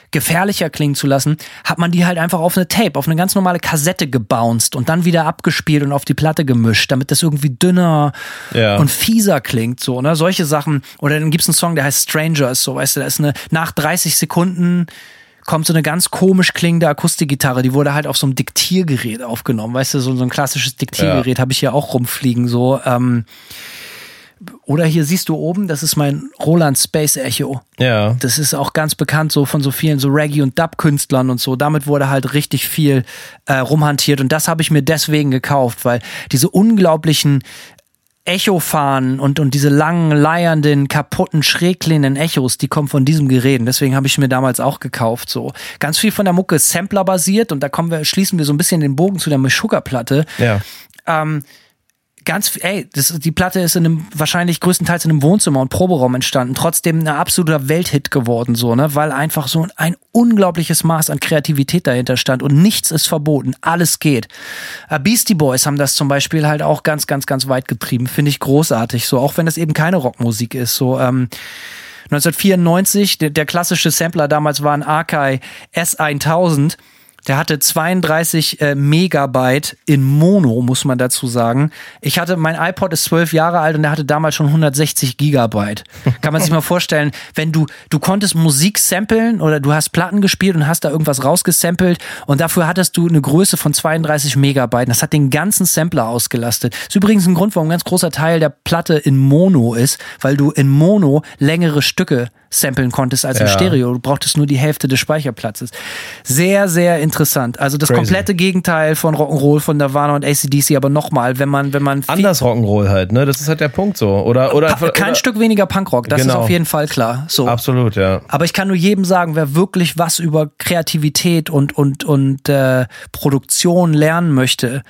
gefährlicher klingen zu lassen, hat man die halt einfach auf eine Tape, auf eine ganz normale Kassette gebounced und dann wieder abgespielt und auf die Platte gemischt, damit das irgendwie dünner Ja. und fieser klingt, so, ne? Solche Sachen. Oder dann gibt's einen Song, der heißt Strangers, so, weißt du, da ist eine, nach dreißig Sekunden kommt so eine ganz komisch klingende Akustikgitarre, die wurde halt auf so einem Diktiergerät aufgenommen, weißt du, so, so ein klassisches Diktiergerät Ja. habe ich hier auch rumfliegen, so, ähm, oder hier siehst du oben, das ist mein Roland Space Echo. Ja. Das ist auch ganz bekannt so von so vielen so Reggae- und Dub-Künstlern und so. Damit wurde halt richtig viel äh, rumhantiert und das habe ich mir deswegen gekauft, weil diese unglaublichen Echo-Fahnen und, und diese langen, leiernden, kaputten, schrägklingenden Echos, die kommen von diesem Gerät. Und deswegen habe ich mir damals auch gekauft. So ganz viel von der Mucke Sampler-basiert und da kommen wir, schließen wir so ein bisschen den Bogen zu der Meshuggah-Platte. Ja. Ähm, Ganz, ey, das, die Platte ist in einem, wahrscheinlich größtenteils in einem Wohnzimmer und Proberaum entstanden, trotzdem ein absoluter Welthit geworden, so, ne, weil einfach so ein unglaubliches Maß an Kreativität dahinter stand und nichts ist verboten, alles geht. Äh, Beastie Boys haben das zum Beispiel halt auch ganz, ganz, ganz weit getrieben, finde ich großartig, so, auch wenn das eben keine Rockmusik ist, so, ähm, neunzehnhundertvierundneunzig, der, der klassische Sampler damals war ein Akai S tausend. Der hatte zweiunddreißig äh, Megabyte in Mono, muss man dazu sagen. Ich hatte, mein iPod ist zwölf Jahre alt und der hatte damals schon hundertsechzig Gigabyte. Kann man sich mal vorstellen, wenn du, du konntest Musik samplen oder du hast Platten gespielt und hast da irgendwas rausgesampelt und dafür hattest du eine Größe von zweiunddreißig Megabyte. Das hat den ganzen Sampler ausgelastet. Das ist übrigens ein Grund, warum ein ganz großer Teil der Platte in Mono ist, weil du in Mono längere Stücke samplen konntest als in Ja. Stereo. Du brauchtest nur die Hälfte des Speicherplatzes. Sehr, sehr interessant. Also das Crazy. komplette Gegenteil von Rock'n'Roll, von Nirvana und A C D C, aber nochmal, wenn man, wenn man viel, Anders Rock'n'Roll halt, ne? Das ist halt der Punkt so. Oder, oder, pa- kein oder Stück weniger Punkrock, das Genau. ist auf jeden Fall klar. So. Absolut, ja. Aber ich kann nur jedem sagen, wer wirklich was über Kreativität und, und, und äh, Produktion lernen möchte,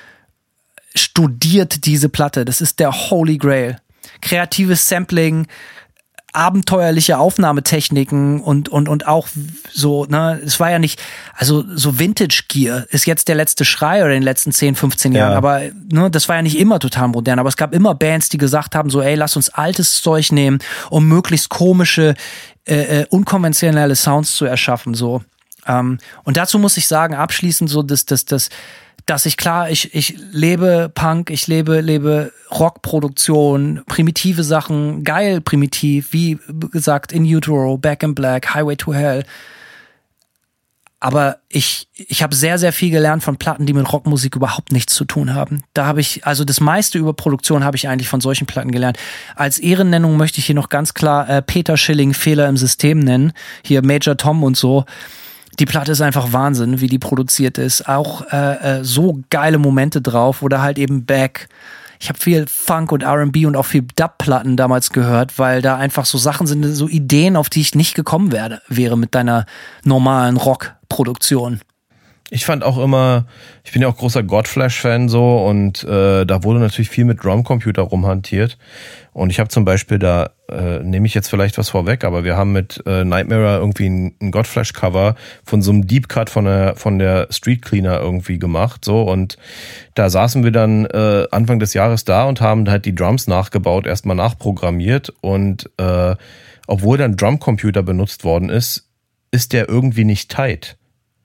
studiert diese Platte. Das ist der Holy Grail. Kreatives Sampling, abenteuerliche Aufnahmetechniken und, und, und auch so, ne, es war ja nicht, also so Vintage Gear ist jetzt der letzte Schrei oder in den letzten zehn, fünfzehn Jahren, Ja. aber ne, das war ja nicht immer total modern, aber es gab immer Bands, die gesagt haben, so, ey, lass uns altes Zeug nehmen, um möglichst komische, äh, äh, unkonventionelle Sounds zu erschaffen, so. Ähm, und dazu muss ich sagen, abschließend so, dass, dass, dass, dass ich klar, ich, ich lebe Punk, ich lebe, lebe Rockproduktion, primitive Sachen, geil primitiv, wie gesagt, In Utero, Back in Black, Highway to Hell. Aber ich, ich habe sehr, sehr viel gelernt von Platten, die mit Rockmusik überhaupt nichts zu tun haben. Da habe ich, also das meiste über Produktion habe ich eigentlich von solchen Platten gelernt. Als Ehrennennung möchte ich hier noch ganz klar äh, Peter Schilling Fehler im System nennen. Hier Major Tom und so. Die Platte ist einfach Wahnsinn, wie die produziert ist. Auch äh, äh, so geile Momente drauf oder halt eben Back. Ich habe viel Funk und R and B und auch viel Dub-Platten damals gehört, weil da einfach so Sachen sind, so Ideen, auf die ich nicht gekommen werde, wäre mit deiner normalen Rock-Produktion. Ich fand auch immer, ich bin ja auch großer Godflash-Fan so und äh, da wurde natürlich viel mit Drumcomputer rumhantiert. Und ich habe zum Beispiel da, äh, nehme ich jetzt vielleicht was vorweg, aber wir haben mit äh, Nightmare irgendwie ein, ein Godflash-Cover von so einem Deep Cut von der von der Street Cleaner irgendwie gemacht. So und da saßen wir dann äh, Anfang des Jahres da und haben halt die Drums nachgebaut, erstmal nachprogrammiert und äh, obwohl dann Drumcomputer benutzt worden ist, ist der irgendwie nicht tight.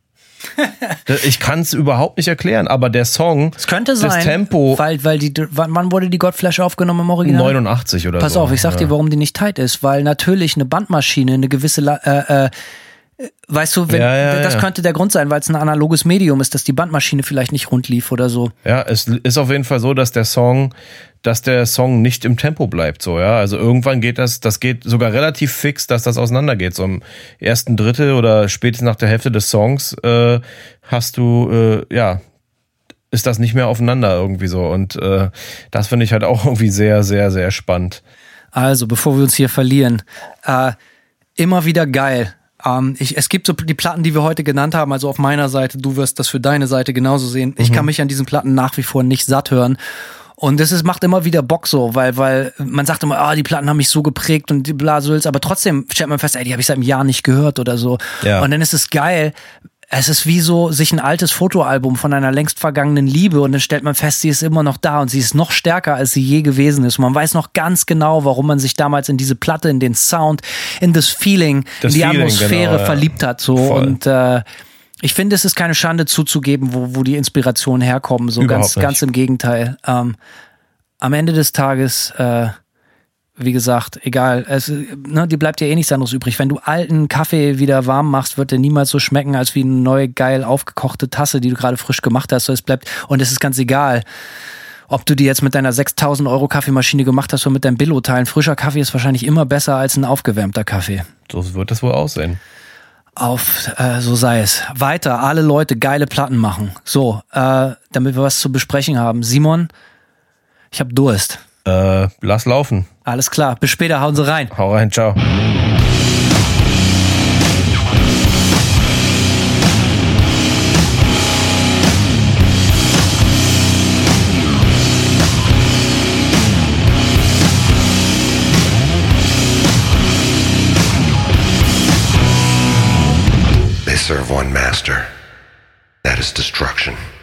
Ich kann es überhaupt nicht erklären, aber der Song, Es könnte sein, das Tempo, weil, weil die, wann, wann wurde die Godflash aufgenommen im Original? neunundachtzig oder Pass so. auf, ich sag ja. dir, warum die nicht tight ist, weil natürlich eine Bandmaschine eine gewisse, La- äh, äh, weißt du, wenn, Ja, ja, das ja. könnte der Grund sein, weil es ein analoges Medium ist, dass die Bandmaschine vielleicht nicht rund lief oder so. Ja, es ist auf jeden Fall so, dass der Song, dass der Song nicht im Tempo bleibt, so, ja. Also irgendwann geht das, das geht sogar relativ fix, dass das auseinandergeht. So im ersten Drittel oder spätestens nach der Hälfte des Songs äh, hast du, äh, ja, ist das nicht mehr aufeinander irgendwie so. Und äh, das finde ich halt auch irgendwie sehr, sehr, sehr spannend. Also, bevor wir uns hier verlieren, äh, immer wieder geil. Ähm, ich, es gibt so die Platten, die wir heute genannt haben, also auf meiner Seite, du wirst das für deine Seite genauso sehen. Ich kann mich an diesen Platten nach wie vor nicht satt hören. Und das ist, macht immer wieder Bock so, weil, weil man sagt immer, ah, die Platten haben mich so geprägt und die Blasels, aber trotzdem stellt man fest, ey, die habe ich seit einem Jahr nicht gehört oder so. Ja. Und dann ist es geil, es ist wie so sich ein altes Fotoalbum von einer längst vergangenen Liebe und dann stellt man fest, sie ist immer noch da und sie ist noch stärker, als sie je gewesen ist. Und man weiß noch ganz genau, warum man sich damals in diese Platte, in den Sound, in das Feeling, das in die Feeling, Atmosphäre genau, verliebt hat. So. Und äh, ich finde, es ist keine Schande zuzugeben, wo, wo die Inspirationen herkommen. So ganz, ganz im Gegenteil. Ähm, am Ende des Tages, äh, wie gesagt, egal, es, ne, die bleibt ja eh nichts anderes übrig. Wenn du alten Kaffee wieder warm machst, wird der niemals so schmecken, als wie eine neue, geil aufgekochte Tasse, die du gerade frisch gemacht hast. So, es bleibt, und es ist ganz egal, ob du die jetzt mit deiner sechstausend Euro Kaffeemaschine gemacht hast oder mit deinem Billo-Teil. Ein frischer Kaffee ist wahrscheinlich immer besser als ein aufgewärmter Kaffee. So wird das wohl aussehen. Auf, äh, so sei es. Weiter, alle Leute geile Platten machen. So, äh, damit wir was zu besprechen haben. Simon, ich hab Durst. Äh, lass laufen. Alles klar, bis später, hauen Sie rein. Hau rein, ciao. They serve one master. That is destruction.